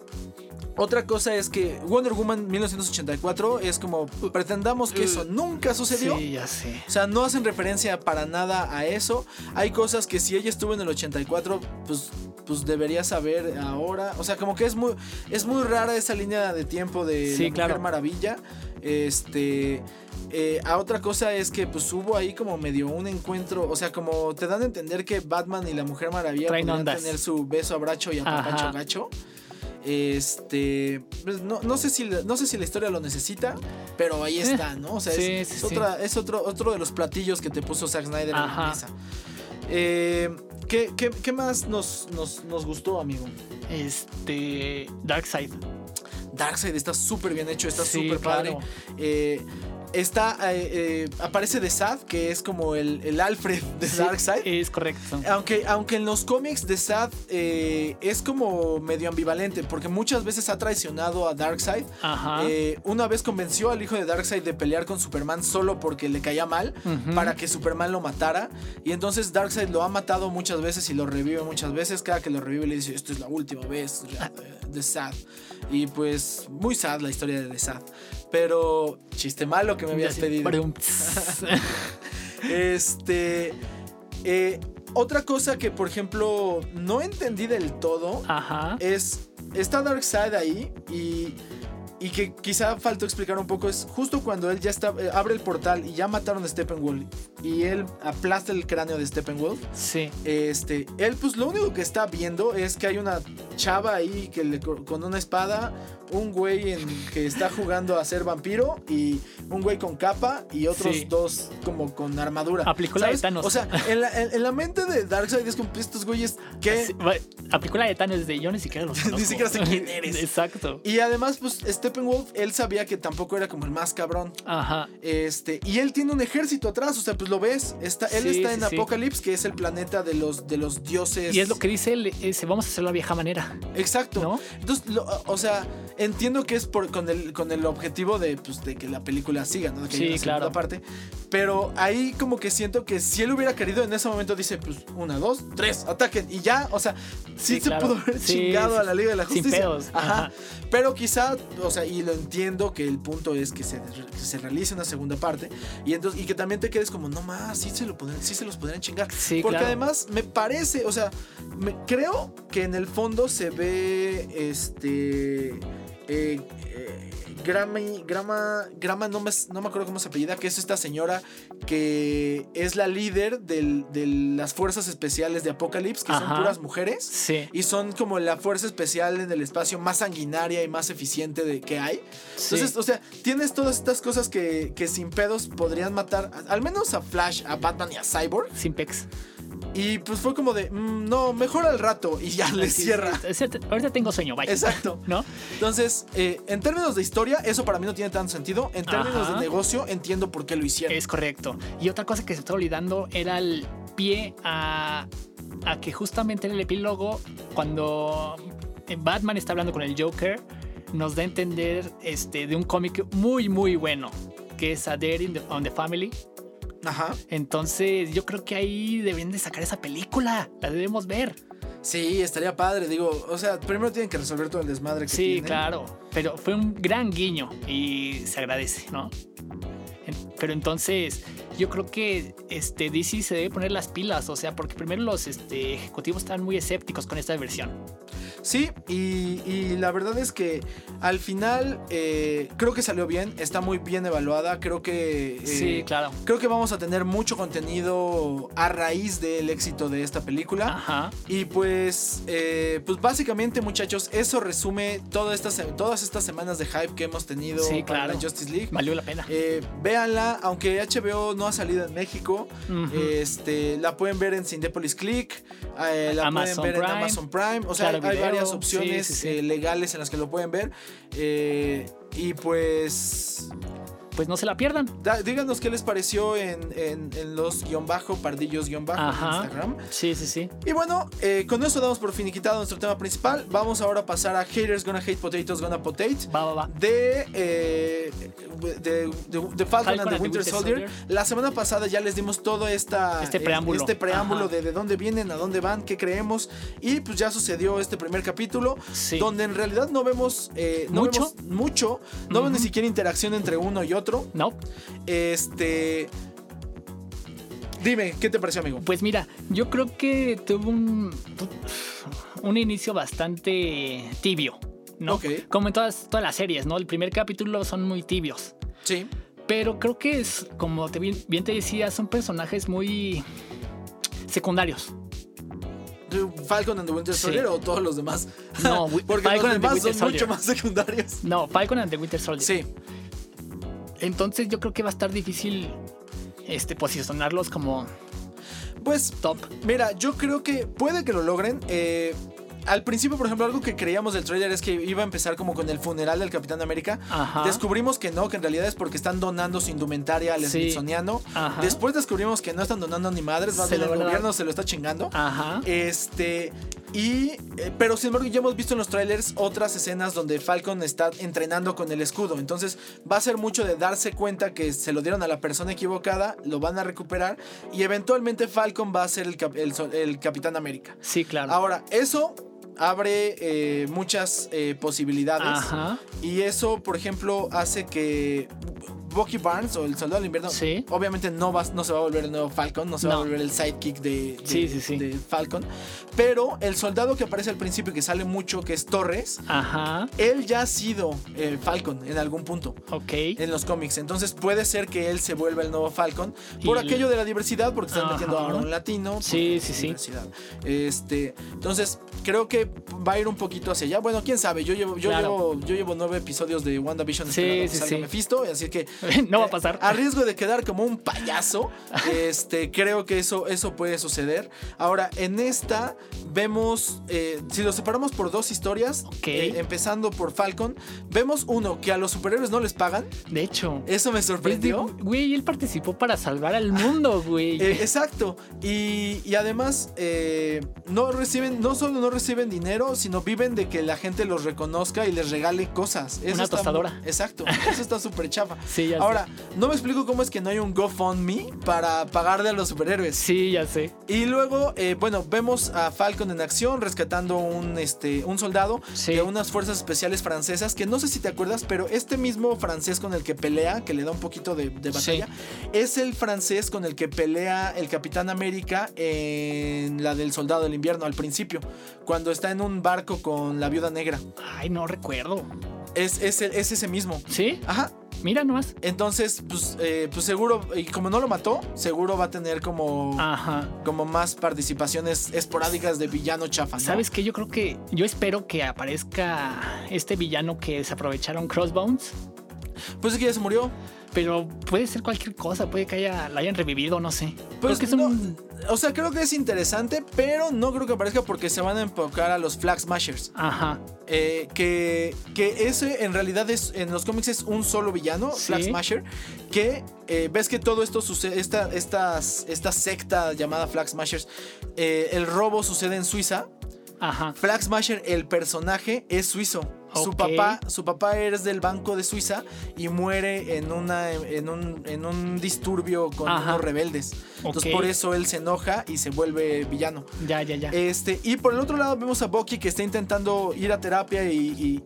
Otra cosa es que Wonder Woman mil novecientos ochenta y cuatro es como pretendamos que eso nunca sucedió. Sí, ya sé. O sea, no hacen referencia para nada a eso. Hay cosas que si ella estuvo en el ochenta y cuatro, pues, pues debería saber ahora. O sea, como que es muy, es muy rara esa línea de tiempo de sí, la claro. Mujer Maravilla. Este... Eh, a otra cosa es que pues hubo ahí como medio un encuentro, o sea, como te dan a entender que Batman y la Mujer Maravilla Traen podrían ondas. tener su beso, abracho y apapacho gacho. Este, pues no, no sé si no sé si la historia lo necesita, pero ahí está, ¿no? O sea, sí, es, sí, es, sí. Otra, es otro, otro de los platillos que te puso Zack Snyder Ajá. en la mesa. Eh, ¿qué, qué, ¿Qué más nos, nos, nos gustó, amigo? Este, Darkseid. Darkseid está súper bien hecho, está súper sí, padre. Claro. Eh, Está, eh, eh, aparece The Sad, que es como el, el Alfred de sí, Darkseid. Es correcto. Aunque, aunque en los cómics The Sad eh, es como medio ambivalente, porque muchas veces ha traicionado a Darkseid. Ajá. Eh, una vez convenció al hijo de Darkseid de pelear con Superman solo porque le caía mal, uh-huh. para que Superman lo matara. Y entonces Darkseid lo ha matado muchas veces y lo revive muchas veces. Cada que lo revive le dice, esto es la última vez, The Sad. Y pues muy sad la historia de The Sad. Pero chiste malo que me habías pedido. Este. Eh, otra cosa que, por ejemplo, no entendí del todo. Ajá. Es. Está Darkseid ahí. Y. Y que quizá faltó explicar un poco. Es justo cuando él ya está. Eh, abre el portal y ya mataron a Steppenwolf. Y él aplasta el cráneo de Steppenwolf. Sí. Este. Él, pues lo único que está viendo es que hay una chava ahí que le, con una espada. Un güey en, que está jugando a ser vampiro y un güey con capa y otros sí. dos como con armadura. Aplicó la de Thanos. O sea, en la, en, en la mente de Darkseid es como estos güeyes que... Sí, aplicó la de Thanos de yo ni siquiera los conozco. Ni siquiera sé quién eres. Exacto. Y además, pues Steppenwolf, él sabía que tampoco era como el más cabrón. Ajá. Este, y él tiene un ejército atrás, o sea, pues lo ves. Está, él sí, está sí, en sí. Apokolips, que es el planeta de los, de los dioses. Y es lo que dice él, es, vamos a hacer la vieja manera. película. Exacto. ¿No? Entonces, lo, o sea, entiendo que es por, con, el, con el objetivo de, pues, de que la película siga, ¿no? De que Sí, haya una segunda claro. parte. Pero ahí como que siento que si él hubiera querido, en ese momento dice, pues, una, dos, tres, ataquen. Y ya, o sea, sí, Sí, se claro. pudo haber Sí, chingado sí, a la Liga de la sin Justicia. pedos. Ajá. Ajá. Pero quizá, o sea, y lo entiendo que el punto es que se, que se realice una segunda parte. Y entonces, y que también te quedes como, no más, sí se, lo podrían, sí se los podrían chingar. Sí, Porque claro. además me parece, o sea, me, creo que en el fondo se ve este. Eh, eh, Grammy, Grama, Grama no me, no me acuerdo cómo se apellida, que es esta señora que es la líder del, de las fuerzas especiales de Apocalypse, que Ajá. son puras mujeres. Sí. Y son como la fuerza especial en el espacio más sanguinaria y más eficiente de, que hay. Sí. Entonces, o sea, tienes todas estas cosas que, que sin pedos podrían matar, al menos a Flash, a Batman y a Cyborg. Sin pex. Y pues fue como de, mmm, no, mejor al rato. Y ya le Sí, cierra. sí, sí. Ahorita tengo sueño, vaya. Exacto. ¿No? Entonces, eh, en términos de historia, eso para mí no tiene tanto sentido. En términos Ajá. de negocio, entiendo por qué lo hicieron. Es correcto. Y otra cosa que se está olvidando era el pie a, a que justamente en el epílogo, cuando Batman está hablando con el Joker, nos da a entender este, de un cómic muy, muy bueno, que es A Dare in the, on the Family. Ajá. Entonces, yo creo que ahí deben de sacar esa película. La debemos ver. Sí, estaría padre. Digo, o sea, primero tienen que resolver todo el desmadre que Sí, tienen. claro. Pero fue un gran guiño y se agradece, ¿no? Pero entonces, yo creo que este, D C se debe poner las pilas, o sea, porque primero los este, ejecutivos están muy escépticos con esta versión. Sí, y, y la verdad es que al final eh, creo que salió bien, está muy bien evaluada, creo que... Eh, Sí, claro. Creo que vamos a tener mucho contenido a raíz del éxito de esta película. Ajá. Y pues, eh, pues básicamente, muchachos, eso resume todas estas, todas estas semanas de hype que hemos tenido Sí, para claro. la Justice League. Valió la pena. Eh, véanla, aunque H B O no ha salido en México, Ujú. este, la pueden ver en Cinepolis Click, eh, la Amazon pueden ver Prime, en Amazon Prime, o sea, Claro hay Video, varias sí, opciones sí, sí. eh, legales en las que lo pueden ver. Eh, y pues, Pues no se la pierdan. da- díganos qué les pareció en, en- en los guión bajo, pardillos guión bajo en Ajá. Instagram. Sí, sí, sí. Y bueno, eh, con eso damos por finiquitado nuestro tema principal. Vamos ahora a pasar a Haters Gonna Hate Potatoes Gonna Potate. Va, va, va. De, eh, de, de, de Falcon, and the Winter, Soldier. La semana pasada ya les dimos todo esta, Este preámbulo. este preámbulo Ajá. de, de dónde vienen, a dónde van, qué creemos. Y pues ya sucedió este primer capítulo, Sí. donde en realidad no vemos, eh, no ¿Mucho? vemos mucho, no vemos Ujú. ni siquiera interacción entre uno y otro. No. Este... Dime, ¿qué te pareció, amigo? Pues mira, yo creo que tuvo un, un inicio bastante tibio, ¿no? Ok. Como en todas, todas las series, ¿no? El primer capítulo son muy tibios. Sí. Pero creo que es, como te, bien, bien te decía, son personajes muy secundarios. Falcon and the Winter Sí. Soldier o todos los demás. No, Wi- Porque Falcon los and the demás Winter son Soldier. mucho más secundarios. No, Falcon and the Winter Soldier. Sí. Entonces yo creo que va a estar difícil este, posicionarlos como Pues, top. mira, yo creo que puede que lo logren. Eh, al principio, por ejemplo, algo que creíamos del trailer es que iba a empezar como con el funeral del Capitán América. Ajá. Descubrimos que no, que en realidad es porque están donando su indumentaria al Sí. Smithsoniano. Ajá. Después descubrimos que no están donando ni madres, más Se bien lo el van a dar. gobierno se lo está chingando. Ajá. Este, y, eh, pero sin embargo ya hemos visto en los trailers otras escenas donde Falcon está entrenando con el escudo. Entonces va a ser mucho de darse cuenta que se lo dieron a la persona equivocada, lo van a recuperar y eventualmente Falcon va a ser el, cap- el sol- el Capitán América. Sí, claro. Ahora, eso abre eh, muchas eh, posibilidades. Ajá. Y eso, por ejemplo, hace que Bucky Barnes o el Soldado del Invierno, Sí. obviamente no, va, no se va a volver el nuevo Falcon, no se va a No. volver el sidekick de, de, Sí, sí, sí. de Falcon. Pero el soldado que aparece al principio y que sale mucho, que es Torres, Ajá. él ya ha sido eh, Falcon en algún punto. Ok. En los cómics, entonces puede ser que él se vuelva el nuevo Falcon por Y- aquello de la diversidad, porque están Ajá. metiendo ahora un latino. por Sí, sí, sí. diversidad. Este, entonces creo que va a ir un poquito hacia allá. Bueno, quién sabe. Yo llevo, yo Claro. llevo, yo llevo nueve episodios de WandaVision Sí, esperando que sí, salga sí. Mephisto, así que No va a pasar. A riesgo de quedar como un payaso, este, creo que eso, eso puede suceder. Ahora, en esta vemos, eh, si lo separamos por dos historias, okay. eh, empezando por Falcon, vemos uno que a los superhéroes no les pagan. De hecho. Eso me sorprendió. Güey, él participó para salvar al mundo, güey. Eh, exacto. Y, y además, eh, no reciben, no solo no reciben dinero, sino viven de que la gente los reconozca y les regale cosas. Eso Una está tostadora. Muy, exacto. Eso está súper chafa. Sí, ya Ahora, sé. no me explico cómo es que no hay un GoFundMe para pagarle a los superhéroes. Sí, ya sé. Y luego, eh, bueno, vemos a Falcon en acción rescatando un, este, un soldado sí. de unas fuerzas especiales francesas, que no sé si te acuerdas, pero este mismo francés con el que pelea, que le da un poquito de, de batalla, sí. es el francés con el que pelea el Capitán América en la del Soldado del Invierno al principio, cuando está en un barco con la Viuda Negra. Ay, no recuerdo. Es, es, es ese mismo. ¿Sí? Ajá. Mira nomás. Entonces, pues, eh, pues seguro, y como no lo mató, seguro va a tener como, Ajá. como más participaciones esporádicas de villano chafa, ¿no? ¿Sabes qué? Yo creo que, yo espero que aparezca este villano que se aprovecharon, Crossbones. Pues es que ya se murió. Pero puede ser cualquier cosa, puede que haya, la hayan revivido, no sé. Pues que es un... no, o sea, creo que es interesante, pero no creo que aparezca porque se van a enfocar a los Flag Smashers. Ajá. Eh, que, que ese en realidad es, en los cómics es un solo villano, ¿sí? Flag Smasher, que eh, ves que todo esto sucede, esta, esta, esta secta llamada Flag Smashers, eh, el robo sucede en Suiza. Ajá. Flag Smasher, el personaje, es suizo. Okay. Su papá, su papá es del Banco de Suiza y muere en una en un, en un disturbio con Ajá. unos rebeldes. Entonces okay. por eso él se enoja y se vuelve villano. Ya, ya, ya. Este, y por el otro lado vemos a Bucky que está intentando ir a terapia y, y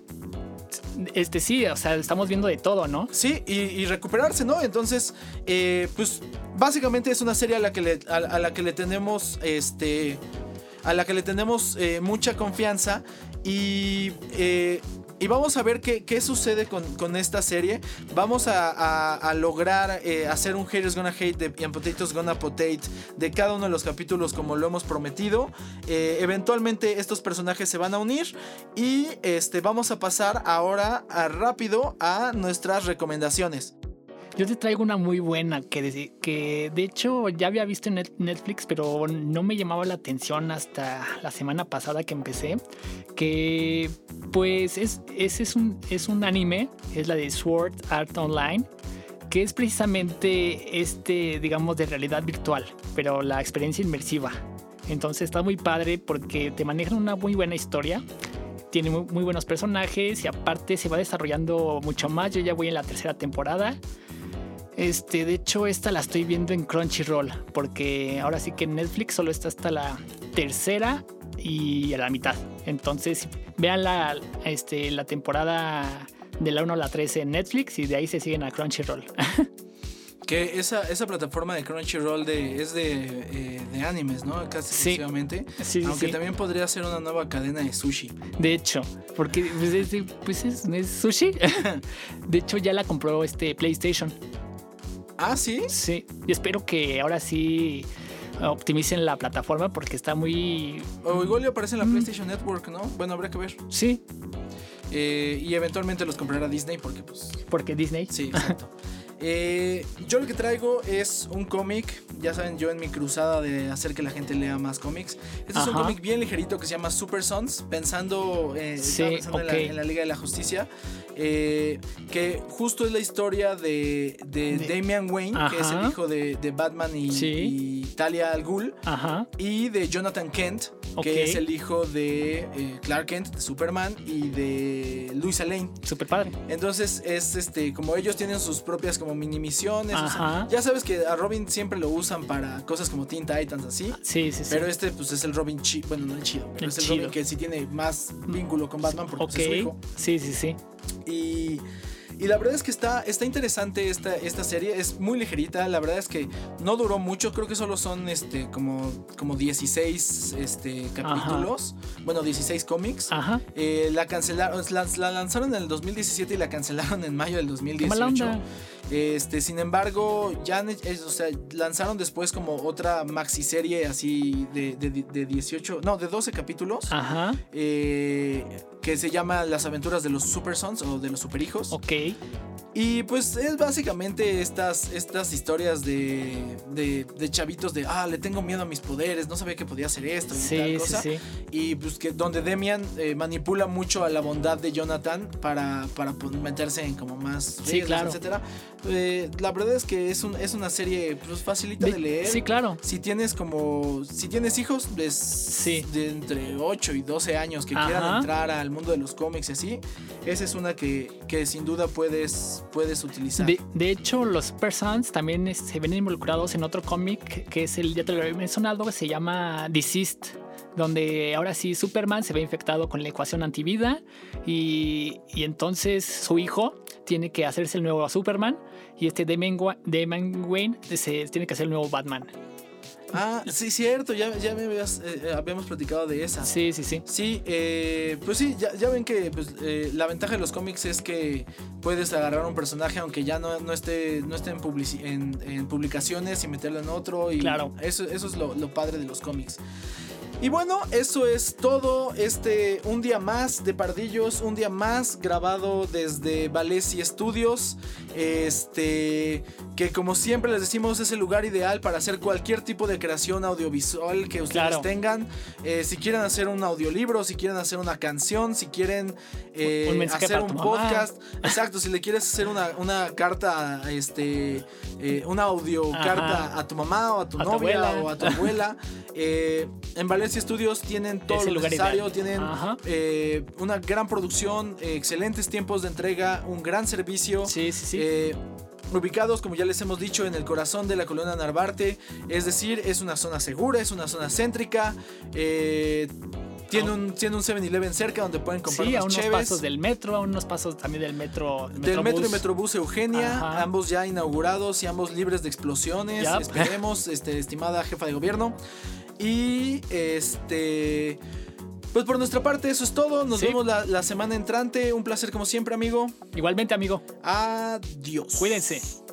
este sí, o sea, estamos viendo de todo, ¿no? Sí, y, y recuperarse, ¿no? Entonces, eh, pues básicamente es una serie a la que le, a, a la que le tenemos este a la que le tenemos eh, mucha confianza. Y, eh, y vamos a ver qué, qué sucede con, con esta serie. Vamos a, a, a lograr eh, hacer un Haters Gonna Hate de, and Potatoes Gonna Potate de cada uno de los capítulos como lo hemos prometido. Eh, eventualmente estos personajes se van a unir. Y este, vamos a pasar ahora a, rápido a nuestras recomendaciones. Yo te traigo una muy buena que de, que de hecho ya había visto en Netflix, pero no me llamaba la atención hasta la semana pasada que empecé. Que pues es, es, es, un, es un anime, es la de Sword Art Online, que es precisamente este, digamos, de realidad virtual, pero la experiencia inmersiva. Entonces está muy padre porque te manejan una muy buena historia. Tiene muy, muy buenos personajes y aparte se va desarrollando mucho más. Yo ya voy en la tercera temporada. Este, de hecho, esta la estoy viendo en Crunchyroll, porque ahora sí que en Netflix solo está hasta la tercera y a la mitad. Entonces, vean la, este, la temporada de la uno a la trece en Netflix y de ahí se siguen a Crunchyroll. Que esa, esa plataforma de Crunchyroll de, es de, eh, de animes, ¿no? Casi sí. exclusivamente. Sí, Aunque sí. también podría ser una nueva cadena de sushi. De hecho, porque pues es, pues es, es sushi. De hecho, ya la compró este PlayStation. Ah, ¿sí? Sí, y espero que ahora sí optimicen la plataforma porque está muy... O igual le aparece en la mm. PlayStation Network, ¿no? Bueno, habrá que ver. Sí. Eh, y eventualmente los comprará Disney porque pues... Porque Disney. Sí, exacto. Eh, yo lo que traigo es un cómic. Ya saben, yo en mi cruzada de hacer que la gente lea más cómics. Este Ajá. es un cómic bien ligerito que se llama Super Sons. Pensando, eh, sí, pensando okay. en, la, en la Liga de la Justicia. Eh, que justo es la historia de, de, de Damian Wayne, Ajá. que es el hijo de, de Batman y, sí. y Talia al Ghul. Ajá. Y de Jonathan Kent, okay. que es el hijo de eh, Clark Kent, de Superman, y de Lois Lane. Super padre. Entonces es este, como ellos tienen sus propias como mini misiones. O sea, ya sabes que a Robin siempre lo usan para cosas como Teen Titans, así. Sí, sí, sí. Pero este pues es el Robin chido. Bueno, no el chido, pero el es el chido. Robin que sí tiene más vínculo con Batman porque okay. pues, es su hijo. Sí, sí, sí. Y, y la verdad es que está, está interesante esta, esta serie. Es muy ligerita. La verdad es que no duró mucho. Creo que solo son este, como, como dieciséis este, capítulos. Ajá. Bueno, dieciséis cómics. Ajá. Eh, la cancelaron, la, la lanzaron en el dos mil diecisiete y la cancelaron en mayo del dos mil dieciocho. ¿Qué mala onda? Este, sin embargo, ya es, o sea, lanzaron después como otra maxi serie así de, de, de dieciocho, no, de doce capítulos. Ajá. Eh, que se llama Las aventuras de los Super Sons o de los Superhijos. Ok. Y pues es básicamente estas, estas historias de, de, de chavitos de, ah, le tengo miedo a mis poderes, no sabía que podía hacer esto y Sí, tal sí, cosa. sí. Y pues que donde Demian eh, manipula mucho a la bondad de Jonathan para, para pues, meterse en como más Sí, riesgos, claro. etcétera. Eh, la verdad es que es, un, es una serie pues facilita de, De- leer. Sí, claro. Si tienes como, si tienes hijos de, Sí. de entre ocho y doce años que Ajá. quieran entrar al mundo de los cómics y así, esa es una que, que sin duda puedes, puedes utilizar. De, de hecho, los Super Sons también es- se ven involucrados en otro cómic que es el, ya te lo había mencionado, que se llama Deceased, donde ahora sí Superman se ve infectado con la ecuación antivida y, y entonces su hijo tiene que hacerse el nuevo Superman y este Damian, Wa- Damian Wayne se tiene que hacer el nuevo Batman. Ah, sí, cierto, ya, ya me habías, eh, habíamos platicado de esa. Sí, sí, sí. Sí, eh, pues sí, ya, ya ven que pues, eh, la ventaja de los cómics es que puedes agarrar un personaje aunque ya no, no esté, no esté en, publici- en, en publicaciones y meterlo en otro. Y Claro. Eso, eso es lo, lo padre de los cómics. Y bueno, eso es todo. Este, un día más de Pardillos, un día más grabado desde Valesi Studios. Este, que como siempre les decimos, es el lugar ideal para hacer cualquier tipo de creación audiovisual que ustedes Claro. tengan. Eh, si quieren hacer un audiolibro, si quieren hacer una canción, si quieren eh, Un mensaje hacer para un tu mamá. podcast. Exacto, si le quieres hacer una, una carta, este, eh, una audio Ajá. carta a tu mamá o a tu A tu novia abuela. o a tu abuela. eh, en Valencia Studios tienen todo Es el lo lugar necesario, ideal. tienen Ajá. eh, una gran producción, eh, excelentes tiempos de entrega, un gran servicio. Sí, sí, sí. Eh, ubicados, como ya les hemos dicho, en el corazón de la colonia Narvarte, es decir, es una zona segura, es una zona céntrica. eh, tiene un, tiene un seven eleven cerca donde pueden comprar Sí, a unos unos cheves. pasos del metro, a unos pasos también del metro. Del metro y Metrobús Eugenia, Ajá. ambos ya inaugurados y ambos libres de explosiones. Yep. Esperemos, este, estimada jefa de gobierno. Y este. Pues por nuestra parte, eso es todo. Nos Sí. vemos la, la semana entrante. Un placer, como siempre, amigo. Igualmente, amigo. Adiós. Cuídense.